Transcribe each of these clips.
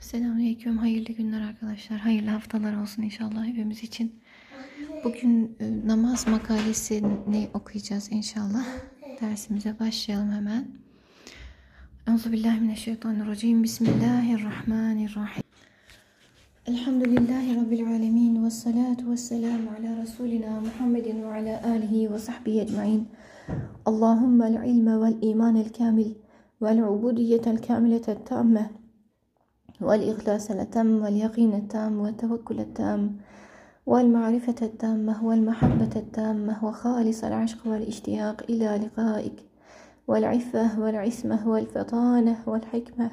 Selamünaleyküm, hayırlı günler arkadaşlar. Hayırlı haftalar olsun inşallah hepimiz için. Bugün namaz makalesini okuyacağız inşallah. Dersimize başlayalım hemen. Euzubillahimineşşeytanirracim. Bismillahirrahmanirrahim. Elhamdülillahi Rabbil alemin. Vessalatu vesselamu ala Resulina Muhammedin ve ala alihi ve sahbihi ecmain. Allahümmel ilme vel imanel kamil vel ubudiyetel kamiletel tamme والإخلاص التام واليقين التام والتوكل التام والمعرفة التامة والمحبة التامة وخالص العشق والاشتياق إلى لقائك والعفة والعصمة والفطانة والحكمة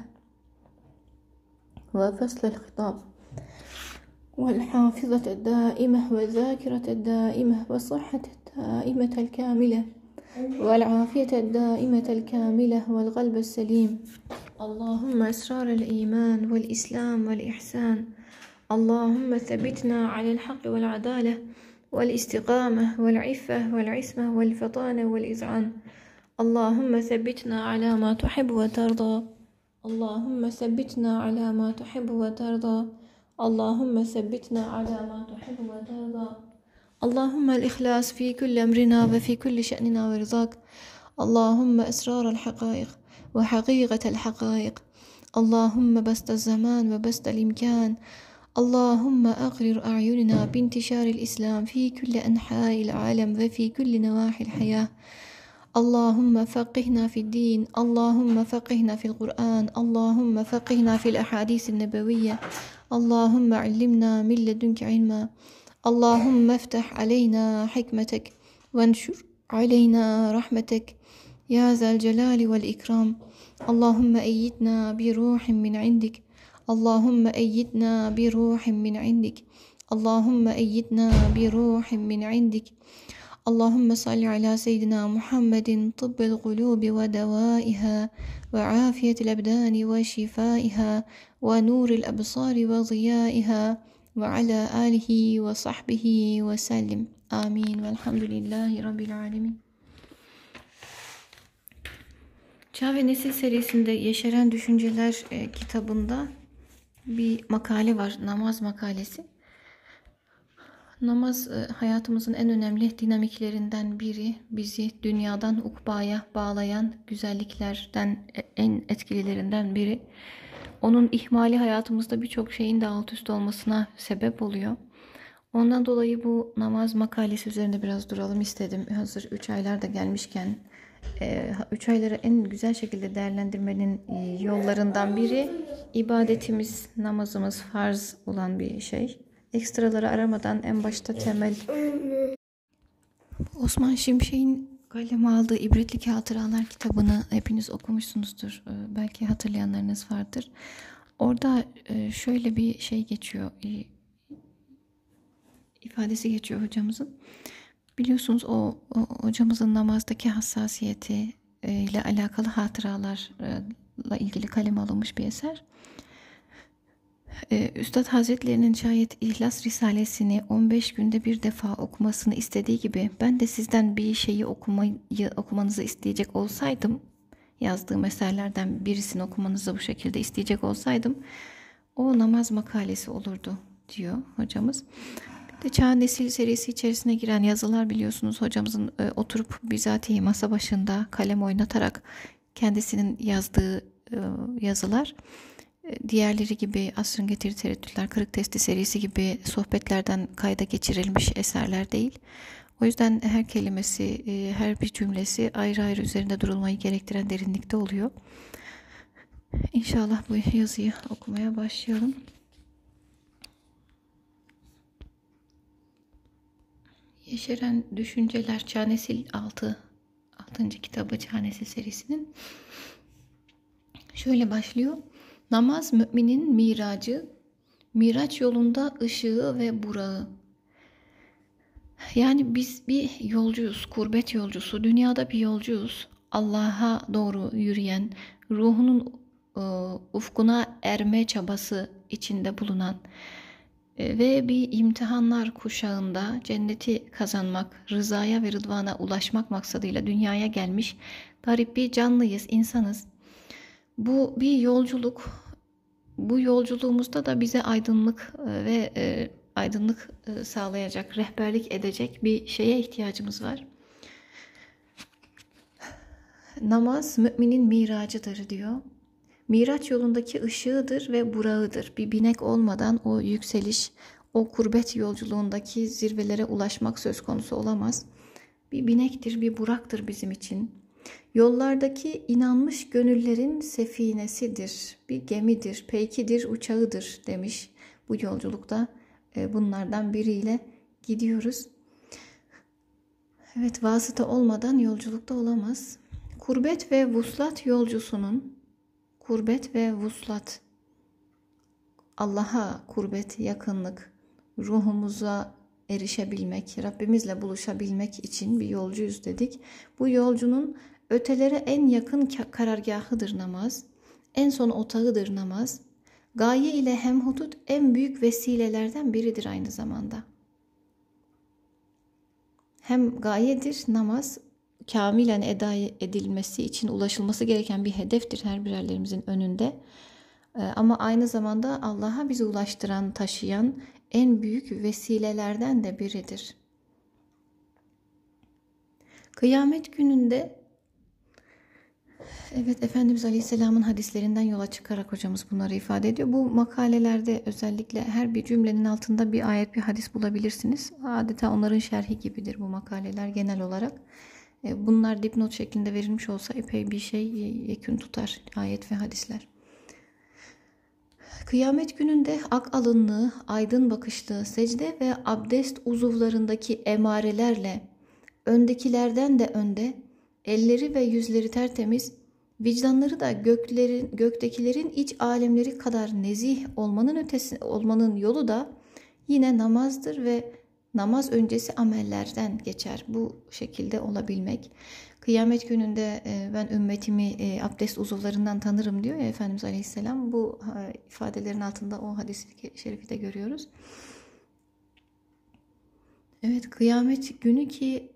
وفصل الخطاب والحافظة الدائمة والذاكرة الدائمة والصحة الدائمة الكاملة والعافية الدائمة الكاملة والقلب السليم. اللهم أسرار الإيمان والإسلام والإحسان. اللهم ثبتنا على الحق والعدالة والاستقامة والعفة والعصمة والفطانة والإذعان. اللهم ثبتنا على ما تحب وترضى. اللهم ثبتنا على ما تحب وترضى. اللهم ثبتنا على ما تحب وترضى. اللهم الإخلاص في كل أمرنا وفي كل شأننا ورضاك. اللهم أسرار الحقائق وحقيقة الحقائق. اللهم بسط الزمان وبسط الإمكان. اللهم أقرر أعيننا بانتشار الإسلام في كل أنحاء العالم وفي كل نواحي الحياة. اللهم فقهنا في الدين. اللهم فقهنا في القرآن. اللهم فقهنا في الأحاديث النبوية. اللهم علمنا من لدنك علما. اللهم افتح علينا حكمتك وانشر علينا رحمتك يا ذا الجلال والإكرام. اللهم أيدنا بروح من عندك. اللهم أيدنا بروح من عندك. اللهم أيدنا بروح من عندك. اللهم صل على سيدنا محمد طب القلوب ودوائها وعافية الأبدان وشفائها ونور الأبصار وضيائها وعلى آله وصحبه وسلم. آمين والحمد لله رب العالمين. Çağ ve Nesil serisinde Yeşeren Düşünceler kitabında bir makale var. Namaz makalesi. Namaz hayatımızın en önemli dinamiklerinden biri. Bizi dünyadan ukbaya bağlayan güzelliklerden en etkililerinden biri. Onun ihmali hayatımızda birçok şeyin de alt üst olmasına sebep oluyor. Ondan dolayı bu namaz makalesi üzerinde biraz duralım istedim. Hazır 3 aylar da gelmişken 3 ayları en güzel şekilde değerlendirmenin yollarından biri ibadetimiz, namazımız farz olan bir şey. Ekstraları aramadan en başta temel. Osman Şimşek'in kaleme aldığı İbretlik Hatıralar kitabını hepiniz okumuşsunuzdur. Belki hatırlayanlarınız vardır. Orada şöyle bir şey geçiyor, ifadesi geçiyor hocamızın. Biliyorsunuz o hocamızın namazdaki hassasiyeti ile alakalı hatıralarla ilgili kaleme alınmış bir eser. Üstad Hazretlerinin şayet İhlas Risalesini 15 günde bir defa okumasını istediği gibi ben de sizden bir şeyi okumanızı isteyecek olsaydım, yazdığım eserlerden birisini okumanızı bu şekilde isteyecek olsaydım o namaz makalesi olurdu diyor hocamız. Bir de Çağ Nesil serisi içerisine giren yazılar biliyorsunuz hocamızın oturup bizatihi masa başında kalem oynatarak kendisinin yazdığı yazılar. Diğerleri gibi Asrın Getirdiği Tereddütler, Kırık Testi serisi gibi sohbetlerden kayda geçirilmiş eserler değil. O yüzden her kelimesi, her bir cümlesi ayrı ayrı üzerinde durulmayı gerektiren derinlikte oluyor. İnşallah bu yazıyı okumaya başlayalım. Yeşeren Düşünceler Çağ Nesil 6. kitabı Çağ Nesil serisinin şöyle başlıyor. Namaz müminin miracı, miraç yolunda ışığı ve burağı. Yani biz bir yolcuyuz, kurbet yolcusu, dünyada bir yolcuyuz. Allah'a doğru yürüyen, ruhunun ufkuna erme çabası içinde bulunan ve bir imtihanlar kuşağında cenneti kazanmak, rızaya ve rıdvana ulaşmak maksadıyla dünyaya gelmiş garip bir canlıyız, insanız. Bu bir yolculuk. bu yolculuğumuzda da bize aydınlık ve aydınlık sağlayacak, rehberlik edecek bir şeye ihtiyacımız var. Namaz müminin miracıdır diyor. Miraç yolundaki ışığıdır ve burağıdır. Bir binek olmadan o yükseliş, o kurbet yolculuğundaki zirvelere ulaşmak söz konusu olamaz. Bir binektir, bir buraktır bizim için. Yollardaki inanmış gönüllerin sefinesidir, bir gemidir, peykidir, uçağıdır demiş. Bu yolculukta bunlardan biriyle gidiyoruz. Evet, vasıta olmadan yolculukta olamaz. Kurbet ve vuslat yolcusunun, kurbet ve vuslat, Allah'a kurbet, yakınlık, ruhumuza erişebilmek, Rabbimizle buluşabilmek için bir yolcuyuz dedik. Bu yolcunun ötelere en yakın karargahıdır namaz, en son otağıdır namaz. Gaye ile hemhudut en büyük vesilelerden biridir aynı zamanda. Hem gayedir namaz, kamilen eda edilmesi için ulaşılması gereken bir hedeftir her birerlerimizin önünde. Ama aynı zamanda Allah'a bizi ulaştıran, taşıyan en büyük vesilelerden de biridir. Kıyamet gününde, evet, Efendimiz Aleyhisselam'ın hadislerinden yola çıkarak hocamız bunları ifade ediyor. Bu makalelerde özellikle her bir cümlenin altında bir ayet, bir hadis bulabilirsiniz. Adeta onların şerhi gibidir bu makaleler genel olarak. Bunlar dipnot şeklinde verilmiş olsa epey bir şey yekün tutar, ayet ve hadisler. Kıyamet gününde ak alınlı, aydın bakışlı, secde ve abdest uzuvlarındaki emarelerle öndekilerden de önde, elleri ve yüzleri tertemiz, vicdanları da göktekilerin iç alemleri kadar nezih olmanın yolu da yine namazdır ve namaz öncesi amellerden geçer. Bu şekilde olabilmek. Kıyamet gününde ben ümmetimi abdest uzuvlarından tanırım diyor ya Efendimiz Aleyhisselam. Bu ifadelerin altında o hadis-i şerifi de görüyoruz. Evet, kıyamet günü ki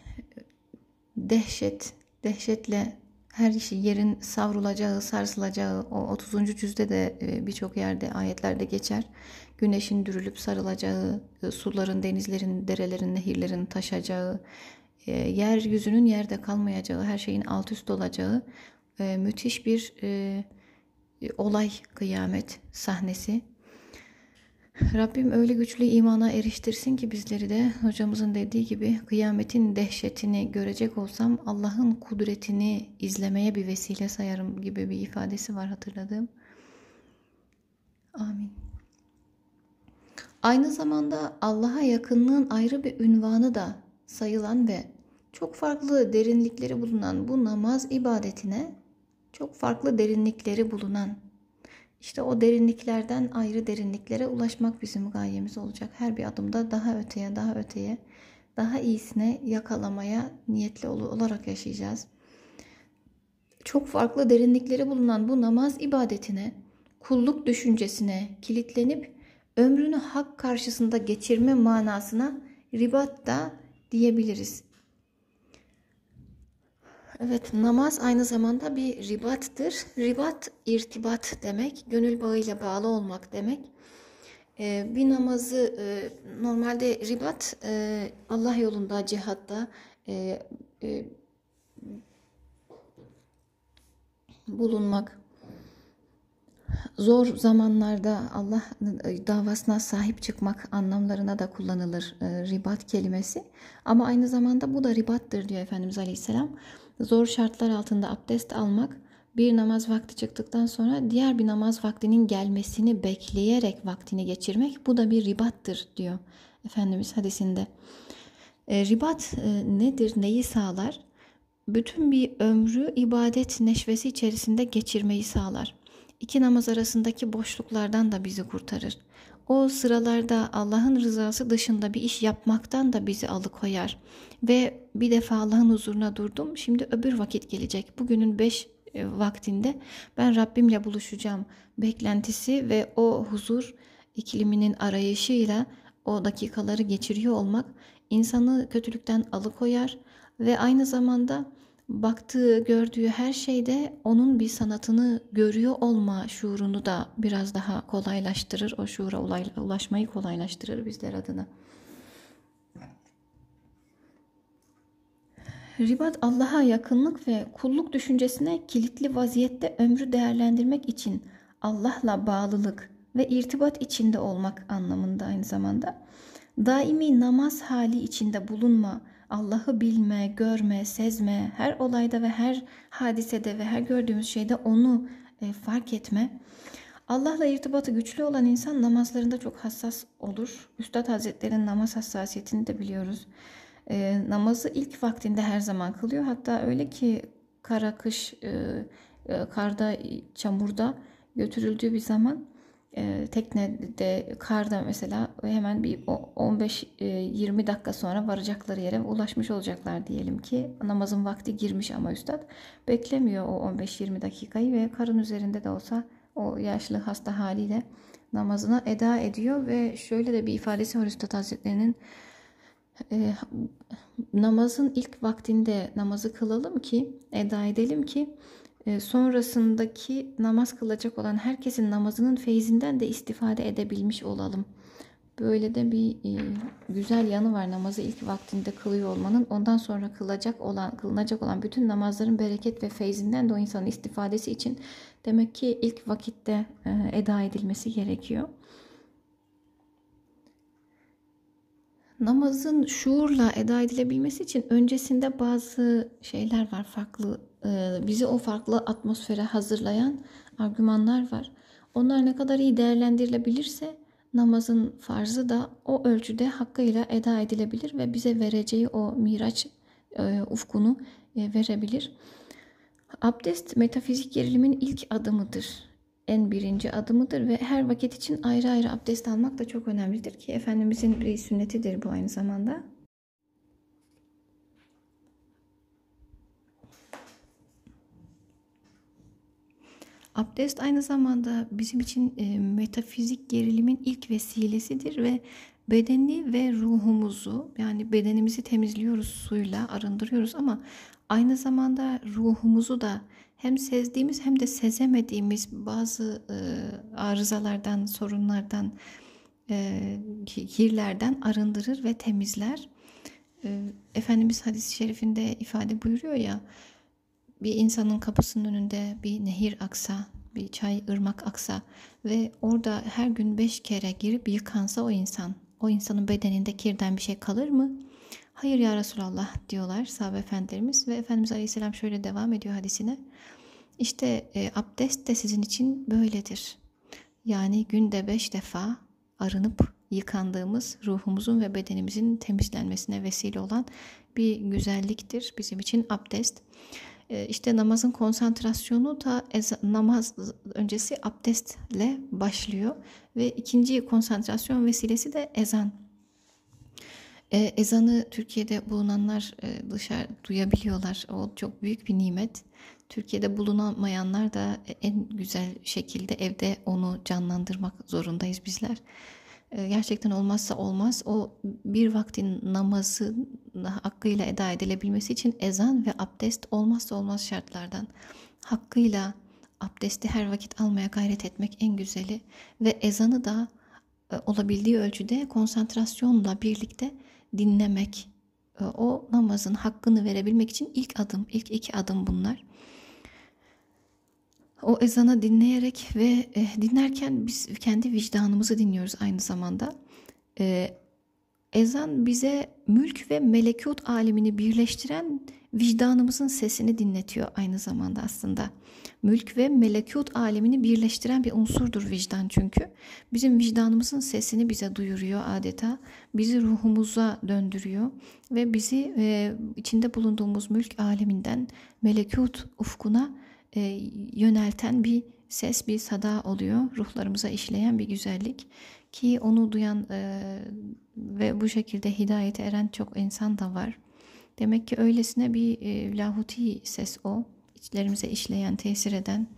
dehşetle her yerin savrulacağı, sarsılacağı, o 30. cüzde de birçok yerde, ayetlerde geçer. Güneşin dürülüp sarılacağı, suların, denizlerin, derelerin, nehirlerin taşacağı, yeryüzünün yerde kalmayacağı, her şeyin alt üst olacağı müthiş bir olay, kıyamet sahnesi. Rabbim öyle güçlü imana eriştirsin ki bizleri de hocamızın dediği gibi kıyametin dehşetini görecek olsam Allah'ın kudretini izlemeye bir vesile sayarım gibi bir ifadesi var hatırladığım. Amin. Aynı zamanda Allah'a yakınlığın ayrı bir ünvanı da sayılan ve çok farklı derinlikleri bulunan bu namaz ibadetine çok farklı derinlikleri bulunan, İşte o derinliklerden ayrı derinliklere ulaşmak bizim gayemiz olacak. Her bir adımda daha öteye, daha iyisine yakalamaya niyetli olarak yaşayacağız. Çok farklı derinlikleri bulunan bu namaz ibadetine, kulluk düşüncesine kilitlenip ömrünü hak karşısında geçirme manasına ribat da diyebiliriz. Evet, namaz aynı zamanda bir ribattır. Ribat, irtibat demek, gönül bağıyla bağlı olmak demek. Bir namazı normalde ribat Allah yolunda, cihatta bulunmak, zor zamanlarda Allah davasına sahip çıkmak anlamlarına da kullanılır ribat kelimesi. Ama aynı zamanda bu da ribattır diyor Efendimiz Aleyhisselam. Zor şartlar altında abdest almak, bir namaz vakti çıktıktan sonra diğer bir namaz vaktinin gelmesini bekleyerek vaktini geçirmek, bu da bir ribattır diyor Efendimiz hadisinde. Ribat nedir, neyi sağlar? Bütün bir ömrü ibadet neşvesi içerisinde geçirmeyi sağlar. İki namaz arasındaki boşluklardan da bizi kurtarır. O sıralarda Allah'ın rızası dışında bir iş yapmaktan da bizi alıkoyar. Ve bir defa Allah'ın huzuruna durdum, şimdi öbür vakit gelecek. Bugünün 5 vaktinde ben Rabbimle buluşacağım beklentisi ve o huzur ikliminin arayışıyla o dakikaları geçiriyor olmak insanı kötülükten alıkoyar ve aynı zamanda baktığı, gördüğü her şeyde onun bir sanatını görüyor olma şuurunu da biraz daha kolaylaştırır. O şuura ulaşmayı kolaylaştırır bizler adına. Ribat, Allah'a yakınlık ve kulluk düşüncesine kilitli vaziyette ömrü değerlendirmek için Allah'la bağlılık ve irtibat içinde olmak anlamında aynı zamanda. Daimi namaz hali içinde bulunma, Allah'ı bilme, görme, sezme, her olayda ve her hadisede ve her gördüğümüz şeyde onu fark etme. Allah'la irtibatı güçlü olan insan namazlarında çok hassas olur. Üstad Hazretleri'nin namaz hassasiyetini de biliyoruz. Namazı ilk vaktinde her zaman kılıyor. Hatta öyle ki kara kış, karda, çamurda götürüldüğü bir zaman teknede, karda mesela hemen bir 15-20 dakika sonra varacakları yere ulaşmış olacaklar diyelim ki. Namazın vakti girmiş ama üstad beklemiyor o 15-20 dakikayı ve karın üzerinde de olsa o yaşlı hasta haliyle namazına eda ediyor ve şöyle de bir ifadesi var Üstad Hazretleri'nin: namazın ilk vaktinde namazı kılalım ki, eda edelim ki sonrasındaki namaz kılacak olan herkesin namazının feyzinden de istifade edebilmiş olalım. Böyle de bir güzel yanı var namazı ilk vaktinde kılıyor olmanın. Ondan sonra kılınacak olan bütün namazların bereket ve feyzinden de o insanın istifadesi için demek ki ilk vakitte eda edilmesi gerekiyor. Namazın şuurla eda edilebilmesi için öncesinde bazı şeyler var, farklı, bizi o farklı atmosfere hazırlayan argümanlar var. Onlar ne kadar iyi değerlendirilebilirse namazın farzı da o ölçüde hakkıyla eda edilebilir ve bize vereceği o miraç ufkunu verebilir. Abdest metafizik gerilimin ilk adımıdır. En birinci adımıdır ve her vakit için ayrı ayrı abdest almak da çok önemlidir ki Efendimizin bir sünnetidir bu aynı zamanda. Abdest aynı zamanda bizim için metafizik gerilimin ilk vesilesidir ve bedeni ve ruhumuzu, yani bedenimizi temizliyoruz, suyla arındırıyoruz ama aynı zamanda ruhumuzu da hem sezdiğimiz hem de sezemediğimiz bazı arızalardan, sorunlardan, kirlerden arındırır ve temizler. Efendimiz hadis-i şerifinde ifade buyuruyor ya, bir insanın kapısının önünde bir nehir aksa, bir çay, ırmak aksa ve orada her gün 5 kere girip yıkansa o insanın bedeninde kirden bir şey kalır mı? Hayır ya Resulallah diyorlar sahabe efendilerimiz ve Efendimiz Aleyhisselam şöyle devam ediyor hadisine. İşte abdest de sizin için böyledir. Yani günde 5 defa arınıp yıkandığımız ruhumuzun ve bedenimizin temizlenmesine vesile olan bir güzelliktir bizim için abdest. İşte namazın konsantrasyonu da namaz öncesi abdestle başlıyor ve ikinci konsantrasyon vesilesi de ezan. Ezanı Türkiye'de bulunanlar dışarı duyabiliyorlar. O çok büyük bir nimet. Türkiye'de bulunamayanlar da en güzel şekilde evde onu canlandırmak zorundayız bizler. Gerçekten olmazsa olmaz. O bir vaktin namazı hakkıyla eda edilebilmesi için ezan ve abdest olmazsa olmaz şartlardan. Hakkıyla abdesti her vakit almaya gayret etmek en güzeli ve ezanı da olabildiği ölçüde konsantrasyonla birlikte dinlemek. O namazın hakkını verebilmek için ilk 2 adım bunlar. O ezanı dinleyerek ve dinlerken biz kendi vicdanımızı dinliyoruz aynı zamanda. Ezan bize mülk ve melekut alemini birleştiren vicdanımızın sesini dinletiyor aynı zamanda aslında. Mülk ve melekut alemini birleştiren bir unsurdur vicdan çünkü. Bizim vicdanımızın sesini bize duyuruyor adeta. Bizi ruhumuza döndürüyor ve bizi içinde bulunduğumuz mülk aleminden melekut ufkuna yönelten bir ses, bir sada oluyor. Ruhlarımıza işleyen bir güzellik ki onu duyan ve bu şekilde hidayete eren çok insan da var. Demek ki öylesine bir lahuti ses o. İçlerimize işleyen, tesir eden.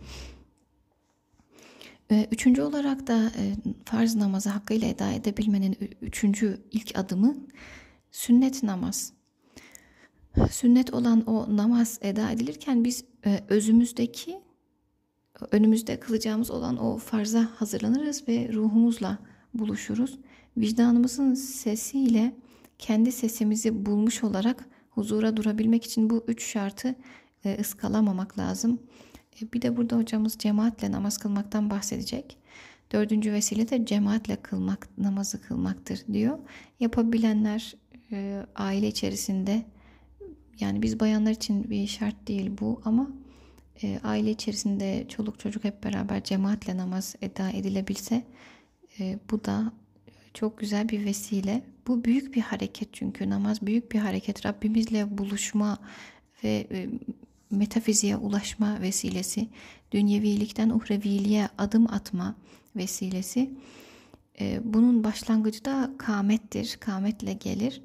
Üçüncü olarak da farz namazı hakkıyla eda edebilmenin ilk adımı sünnet namaz. Sünnet olan o namaz eda edilirken biz özümüzdeki, önümüzde kılacağımız olan o farza hazırlanırız ve ruhumuzla buluşuruz. Vicdanımızın sesiyle kendi sesimizi bulmuş olarak huzura durabilmek için bu 3 şartı ıskalamamak lazım. Bir de burada hocamız cemaatle namaz kılmaktan bahsedecek. 4. vesile de cemaatle kılmak, namazı kılmaktır diyor. Yapabilenler aile içerisinde, yani biz bayanlar için bir şart değil bu ama aile içerisinde çoluk çocuk hep beraber cemaatle namaz eda edilebilse bu da çok güzel bir vesile. Bu büyük bir hareket, çünkü namaz büyük bir hareket. Rabbimizle buluşma ve metafiziğe ulaşma vesilesi, dünyevilikten uhreviliğe adım atma vesilesi. Bunun başlangıcı da kâmettir. Kâmetle gelir.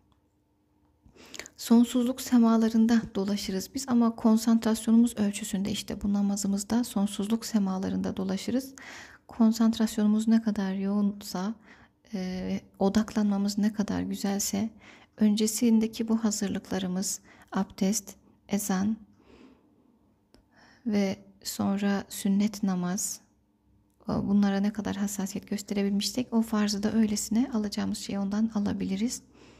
Sonsuzluk semalarında dolaşırız biz ama konsantrasyonumuz ölçüsünde, işte bu namazımızda sonsuzluk semalarında dolaşırız. Konsantrasyonumuz ne kadar yoğunsa, odaklanmamız ne kadar güzelse, öncesindeki bu hazırlıklarımız, abdest, ezan ve sonra sünnet namaz, bunlara ne kadar hassasiyet gösterebilmişsek o farzı da öylesine alacağımız şeyi ondan alabiliriz.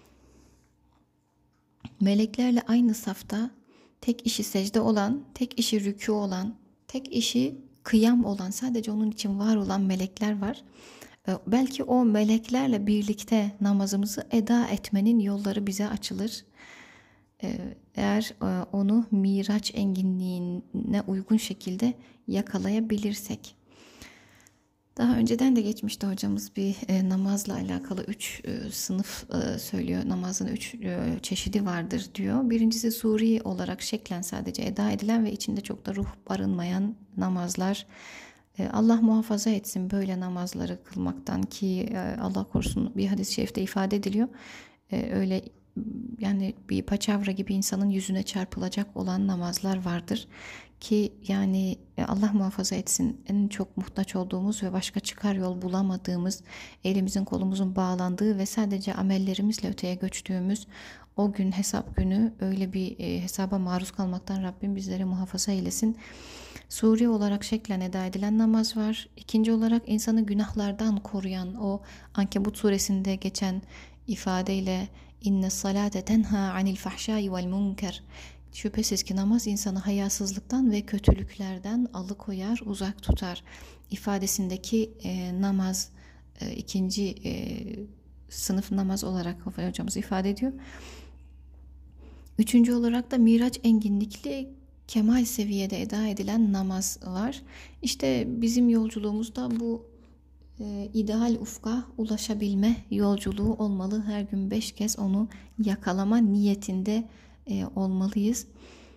Meleklerle aynı safta tek işi secde olan, tek işi rükû olan, tek işi kıyam olan, sadece onun için var olan melekler var. Belki o meleklerle birlikte namazımızı eda etmenin yolları bize açılır. Eğer onu Miraç enginliğine uygun şekilde yakalayabilirsek. Daha önceden de geçmişti hocamız, bir namazla alakalı 3 sınıf söylüyor. Namazın 3 çeşidi vardır diyor. Birincisi suri olarak şeklen sadece eda edilen ve içinde çok da ruh barınmayan namazlar. Allah muhafaza etsin böyle namazları kılmaktan, ki Allah korusun, bir hadis-i şerifte ifade ediliyor. Öyle yani bir paçavra gibi insanın yüzüne çarpılacak olan namazlar vardır. Ki yani Allah muhafaza etsin, en çok muhtaç olduğumuz ve başka çıkar yol bulamadığımız, elimizin kolumuzun bağlandığı ve sadece amellerimizle öteye göçtüğümüz o gün, hesap günü, öyle bir hesaba maruz kalmaktan Rabbim bizleri muhafaza eylesin. Suri olarak şeklen eda edilen namaz var. İkinci olarak insanı günahlardan koruyan, o Ankebut suresinde geçen ifadeyle inne salate tenha anil fahşai vel munker. Şüphesiz ki namaz insanı hayasızlıktan ve kötülüklerden alıkoyar, uzak tutar ifadesindeki namaz ikinci sınıf namaz olarak hocamız ifade ediyor. Üçüncü olarak da Miraç enginlikli kemal seviyede eda edilen namaz var. İşte bizim yolculuğumuzda bu ideal ufka ulaşabilme yolculuğu olmalı. Her gün 5 kez onu yakalama niyetinde olmalıyız.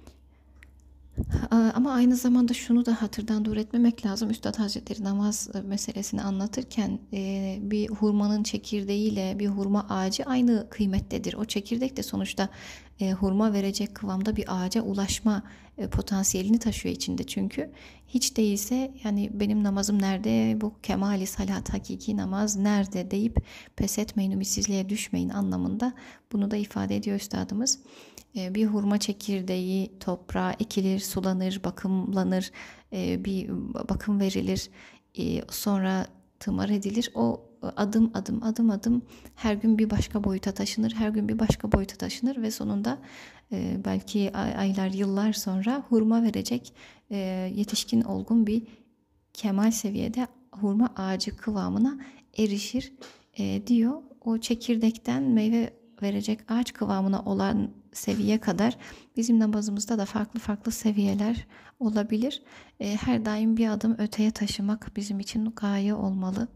Ama aynı zamanda şunu da hatırdan dur etmemek lazım. Üstad Hazretleri namaz meselesini anlatırken bir hurmanın çekirdeğiyle bir hurma ağacı aynı kıymettedir. O çekirdek de sonuçta hurma verecek kıvamda bir ağaca ulaşma potansiyelini taşıyor içinde. Çünkü hiç değilse yani benim namazım nerede, bu kemali salat, hakiki namaz nerede deyip pes etmeyin, ümitsizliğe düşmeyin anlamında bunu da ifade ediyor üstadımız. Bir hurma çekirdeği toprağa ekilir, sulanır, bakımlanır, bir bakım verilir, sonra tımar edilir. O adım adım her gün bir başka boyuta taşınır, her gün bir başka boyuta taşınır ve sonunda belki aylar, yıllar sonra hurma verecek yetişkin, olgun bir kemal seviyede hurma ağacı kıvamına erişir diyor. O çekirdekten meyve verecek ağaç kıvamına olan seviye kadar bizim namazımızda da farklı farklı seviyeler olabilir. Her daim bir adım öteye taşımak bizim için gaye olmalı.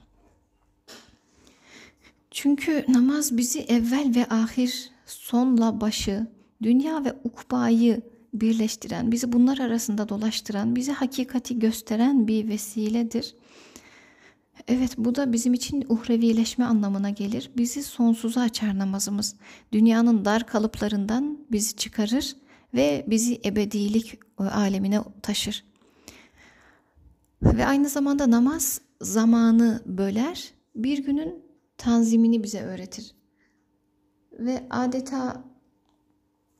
Çünkü namaz bizi evvel ve ahir, sonla başı, dünya ve ukbayı birleştiren, bizi bunlar arasında dolaştıran, bize hakikati gösteren bir vesiledir. Evet, bu da bizim için uhrevileşme anlamına gelir. Bizi sonsuza açar namazımız. Dünyanın dar kalıplarından bizi çıkarır ve bizi ebedilik alemine taşır. Ve aynı zamanda namaz zamanı böler, bir günün tanzimini bize öğretir. Ve adeta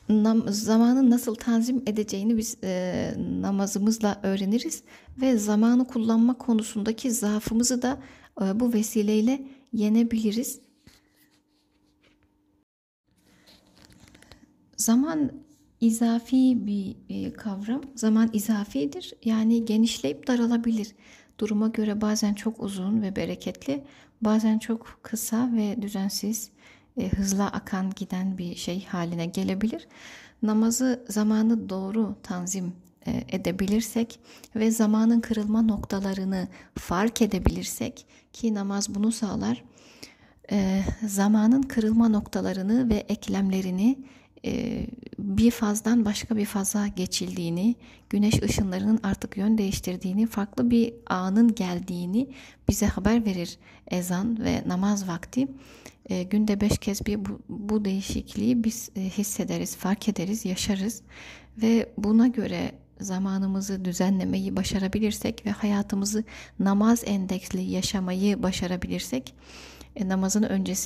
zamanı nasıl tanzim edeceğini biz namazımızla öğreniriz ve zamanı kullanma konusundaki zaafımızı da bu vesileyle yenebiliriz. Zaman izafi bir kavram. Zaman izafidir. Yani genişleyip daralabilir. Duruma göre bazen çok uzun ve bereketli, bazen çok kısa ve düzensiz, hızla akan giden bir şey haline gelebilir. Namazı, zamanı doğru tanzim edebilirsek ve zamanın kırılma noktalarını fark edebilirsek, ki namaz bunu sağlar, zamanın kırılma noktalarını ve eklemlerini, bir fazdan başka bir faza geçildiğini, güneş ışınlarının artık yön değiştirdiğini, farklı bir anın geldiğini bize haber verir ezan ve namaz vakti. Günde 5 kez bu değişikliği biz hissederiz, fark ederiz, yaşarız ve buna göre zamanımızı düzenlemeyi başarabilirsek ve hayatımızı namaz endeksli yaşamayı başarabilirsek, namaz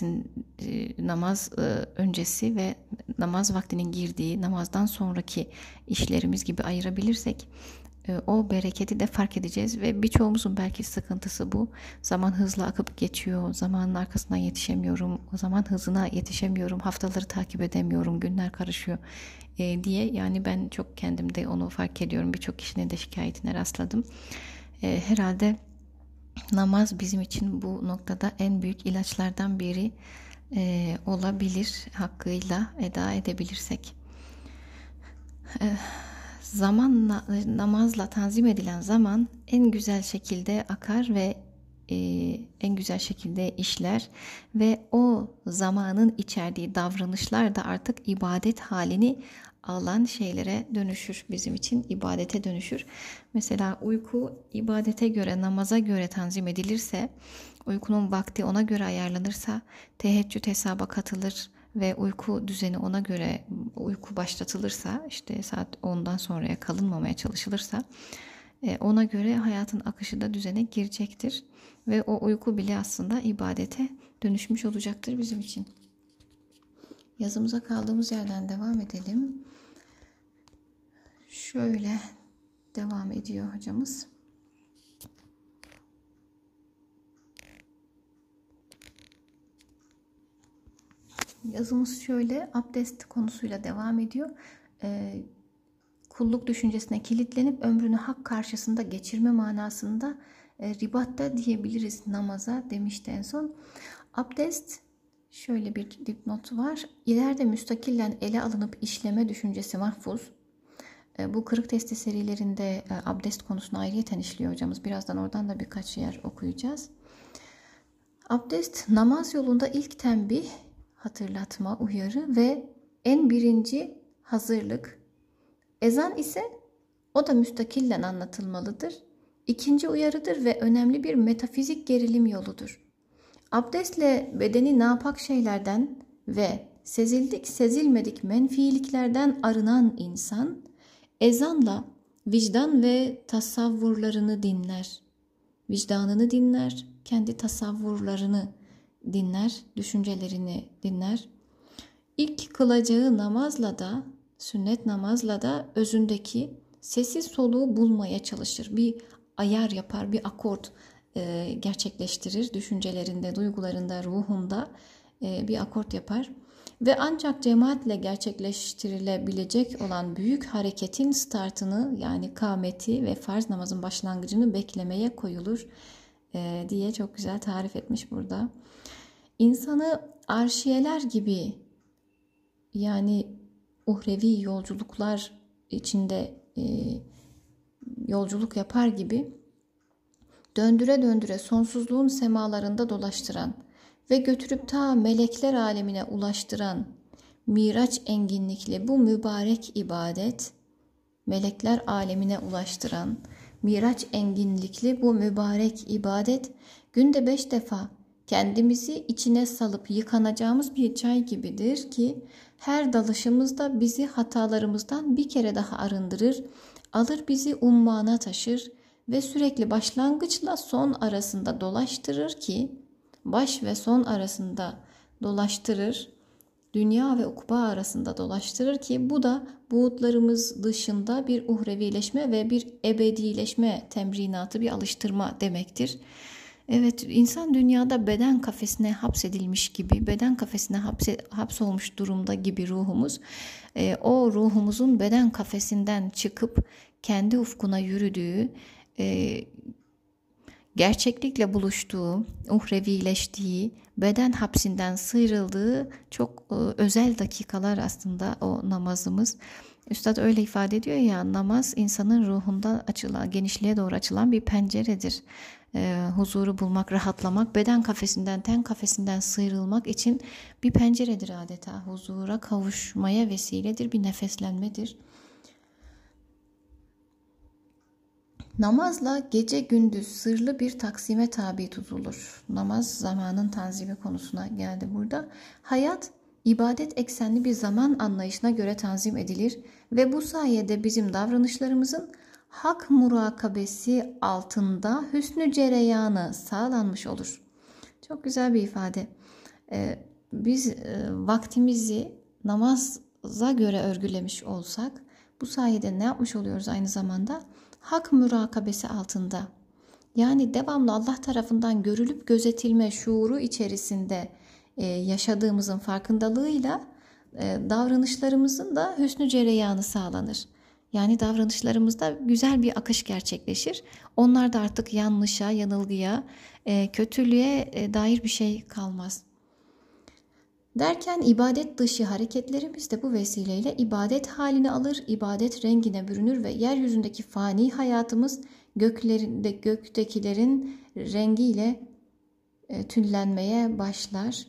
öncesi ve namaz vaktinin girdiği, namazdan sonraki işlerimiz gibi ayırabilirsek, o bereketi de fark edeceğiz ve birçoğumuzun belki sıkıntısı bu. Zaman hızla akıp geçiyor, zamanın arkasından yetişemiyorum, o zaman hızına yetişemiyorum, haftaları takip edemiyorum, günler karışıyor diye. Yani ben çok kendimde onu fark ediyorum, birçok kişinin de şikayetine rastladım. Herhalde namaz bizim için bu noktada en büyük ilaçlardan biri olabilir, hakkıyla eda edebilirsek. Namazla tanzim edilen zaman en güzel şekilde akar ve en güzel şekilde işler ve o zamanın içerdiği davranışlar da artık ibadet halini alan şeylere dönüşür, bizim için ibadete dönüşür. Mesela uyku ibadete göre, namaza göre tanzim edilirse, uykunun vakti ona göre ayarlanırsa, teheccüd hesaba katılır ve uyku düzeni ona göre, uyku başlatılırsa, işte saat 10'dan sonraya kalınmamaya çalışılırsa, ona göre hayatın akışı da düzene girecektir ve o uyku bile aslında ibadete dönüşmüş olacaktır bizim için. Yazımıza kaldığımız yerden devam edelim. Şöyle devam ediyor hocamız. Yazımız şöyle, abdest konusuyla devam ediyor. Kulluk düşüncesine kilitlenip ömrünü hak karşısında geçirme manasında ribatta diyebiliriz namaza demişti en son. Abdest, şöyle bir dipnot var. İleride müstakillen ele alınıp işleme düşüncesi mahfuz. Bu kırık testi serilerinde abdest konusunu ayrıyeten işliyor hocamız. Birazdan oradan da birkaç yer okuyacağız. Abdest namaz yolunda ilk tembih, hatırlatma, uyarı ve en birinci hazırlık. Ezan ise o da müstakillen anlatılmalıdır. İkinci uyarıdır ve önemli bir metafizik gerilim yoludur. Abdestle bedeni napak şeylerden ve sezildik sezilmedik menfiiliklerden arınan insan, ezanla vicdan ve tasavvurlarını dinler. Vicdanını dinler, kendi tasavvurlarını dinler, düşüncelerini dinler. İlk kılacağı namazla da, sünnet namazla da özündeki sesi soluğu bulmaya çalışır. Bir ayar yapar, bir akort gerçekleştirir. Düşüncelerinde, duygularında, ruhunda bir akort yapar. Ve ancak cemaatle gerçekleştirilebilecek olan büyük hareketin startını, yani kâmeti ve farz namazın başlangıcını beklemeye koyulur diye çok güzel tarif etmiş burada. İnsanı arşiyeler gibi, yani uhrevi yolculuklar içinde yolculuk yapar gibi döndüre döndüre sonsuzluğun semalarında dolaştıran ve götürüp ta melekler alemine ulaştıran Miraç enginlikli bu mübarek ibadet, melekler alemine ulaştıran Miraç enginlikli bu mübarek ibadet, günde 5 defa kendimizi içine salıp yıkanacağımız bir çay gibidir ki her dalışımızda bizi hatalarımızdan bir kere daha arındırır, alır bizi ummana taşır ve sürekli başlangıçla son arasında dolaştırır ki baş ve son arasında dolaştırır, dünya ve ukba arasında dolaştırır ki bu da buğutlarımız dışında bir uhrevileşme ve bir ebedileşme temrinatı, bir alıştırma demektir. Evet, insan dünyada beden kafesine hapsedilmiş gibi, beden kafesine hapsolmuş durumda gibi ruhumuz. O ruhumuzun beden kafesinden çıkıp kendi ufkuna yürüdüğü, gerçeklikle buluştuğu, uhrevileştiği, beden hapsinden sıyrıldığı çok özel dakikalar aslında o namazımız. Üstad öyle ifade ediyor ya, namaz insanın ruhunda açılan, genişliğe doğru açılan bir penceredir. Huzuru bulmak, rahatlamak, beden kafesinden, ten kafesinden sıyrılmak için bir penceredir adeta. Huzura kavuşmaya vesiledir, bir nefeslenmedir. Namazla gece gündüz sırlı bir taksime tabi tutulur. Namaz zamanın tanzimi konusuna geldi burada. Hayat ibadet eksenli bir zaman anlayışına göre tanzim edilir ve bu sayede bizim davranışlarımızın hak murakabesi altında hüsnü cereyanı sağlanmış olur. Çok güzel bir ifade. Biz vaktimizi namaza göre örgülemiş olsak bu sayede ne yapmış oluyoruz aynı zamanda? Hak mürakabesi altında, yani devamlı Allah tarafından görülüp gözetilme şuuru içerisinde yaşadığımızın farkındalığıyla davranışlarımızın da hüsnü cereyanı sağlanır. Yani davranışlarımızda güzel bir akış gerçekleşir. Onlarda artık yanlışa, yanılgıya, kötülüğe dair bir şey kalmaz. Derken ibadet dışı hareketlerimiz de bu vesileyle ibadet halini alır, ibadet rengine bürünür ve yeryüzündeki fani hayatımız göktekilerin rengiyle tünlenmeye başlar.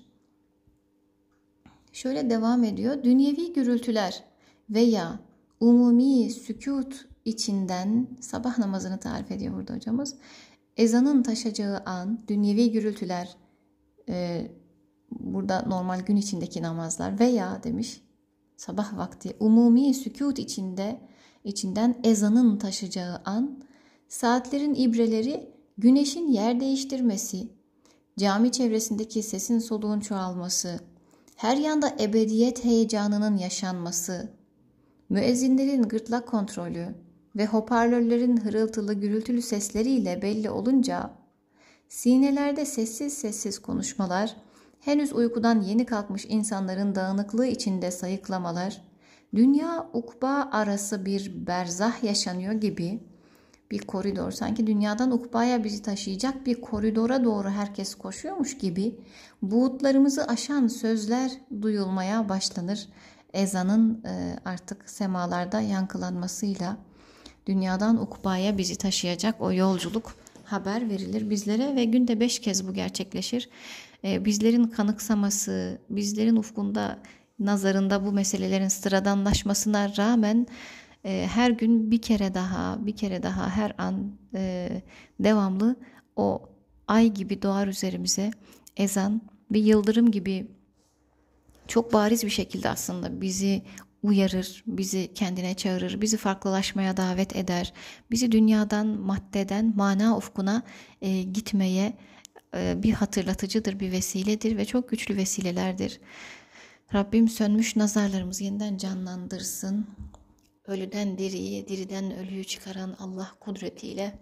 Şöyle devam ediyor. Dünyevi gürültüler veya umumi sükût içinden, sabah namazını tarif ediyor burada hocamız. Ezanın taşacağı an, dünyevi gürültüler, burada normal gün içindeki namazlar veya demiş sabah vakti umumi sükût içinden ezanın taşacağı an, saatlerin ibreleri, güneşin yer değiştirmesi, cami çevresindeki sesin soluğun çoğalması, her yanda ebediyet heyecanının yaşanması, müezzinlerin gırtlak kontrolü ve hoparlörlerin hırıltılı gürültülü sesleriyle belli olunca, sinelerde sessiz sessiz konuşmalar, henüz uykudan yeni kalkmış insanların dağınıklığı içinde sayıklamalar, dünya ukba arası bir berzah yaşanıyor gibi bir koridor, sanki dünyadan ukbaya bizi taşıyacak bir koridora doğru herkes koşuyormuş gibi buğutlarımızı aşan sözler duyulmaya başlanır. Ezanın artık semalarda yankılanmasıyla dünyadan ukbaya bizi taşıyacak o yolculuk haber verilir bizlere ve günde 5 kez bu gerçekleşir. Bizlerin kanıksaması, bizlerin ufkunda, nazarında bu meselelerin sıradanlaşmasına rağmen her gün bir kere daha her an devamlı o ay gibi doğar üzerimize ezan, bir yıldırım gibi çok bariz bir şekilde aslında bizi uyarır, bizi kendine çağırır, bizi farklılaşmaya davet eder, bizi dünyadan, maddeden mana ufkuna gitmeye bir hatırlatıcıdır, bir vesiledir ve çok güçlü vesilelerdir. Rabbim sönmüş nazarlarımızı yeniden canlandırsın. Ölüden diriyi, diriden ölüyü çıkaran Allah kudretiyle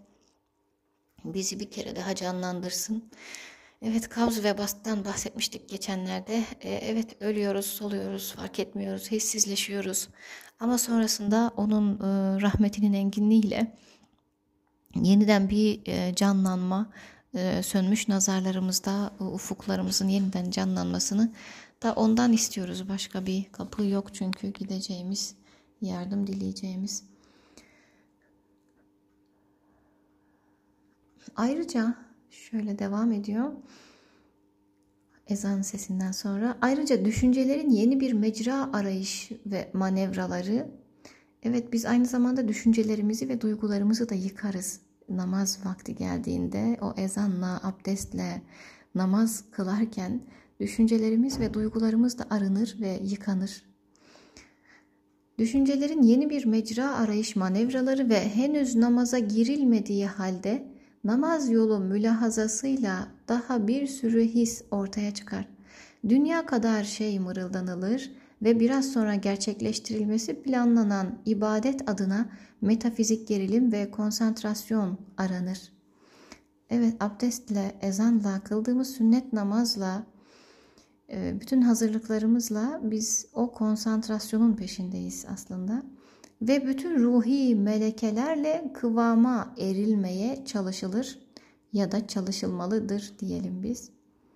bizi bir kere daha canlandırsın. Evet, kavz ve basttan bahsetmiştik geçenlerde. Evet, ölüyoruz, soluyoruz, fark etmiyoruz, hissizleşiyoruz. Ama sonrasında onun rahmetinin enginliğiyle yeniden bir canlanma, sönmüş nazarlarımızda ufuklarımızın yeniden canlanmasını da ondan istiyoruz. Başka bir kapı yok çünkü gideceğimiz, yardım dileyeceğimiz. Ayrıca şöyle devam ediyor ezan sesinden sonra. Ayrıca düşüncelerin yeni bir mecra arayış ve manevraları. Evet, biz aynı zamanda düşüncelerimizi ve duygularımızı da yıkarız. Namaz vakti geldiğinde o ezanla, abdestle namaz kılarken düşüncelerimiz ve duygularımız da arınır ve yıkanır. Düşüncelerin yeni bir mecra arayış manevraları ve henüz namaza girilmediği halde namaz yolu mülahazasıyla daha bir sürü his ortaya çıkar. Dünya kadar şey mırıldanılır ve biraz sonra gerçekleştirilmesi planlanan ibadet adına metafizik gerilim ve konsantrasyon aranır. Evet, abdestle, ezanla, kıldığımız sünnet namazla, bütün hazırlıklarımızla biz o konsantrasyonun peşindeyiz aslında. Ve bütün ruhi melekelerle kıvama erilmeye çalışılır ya da çalışılmalıdır diyelim biz.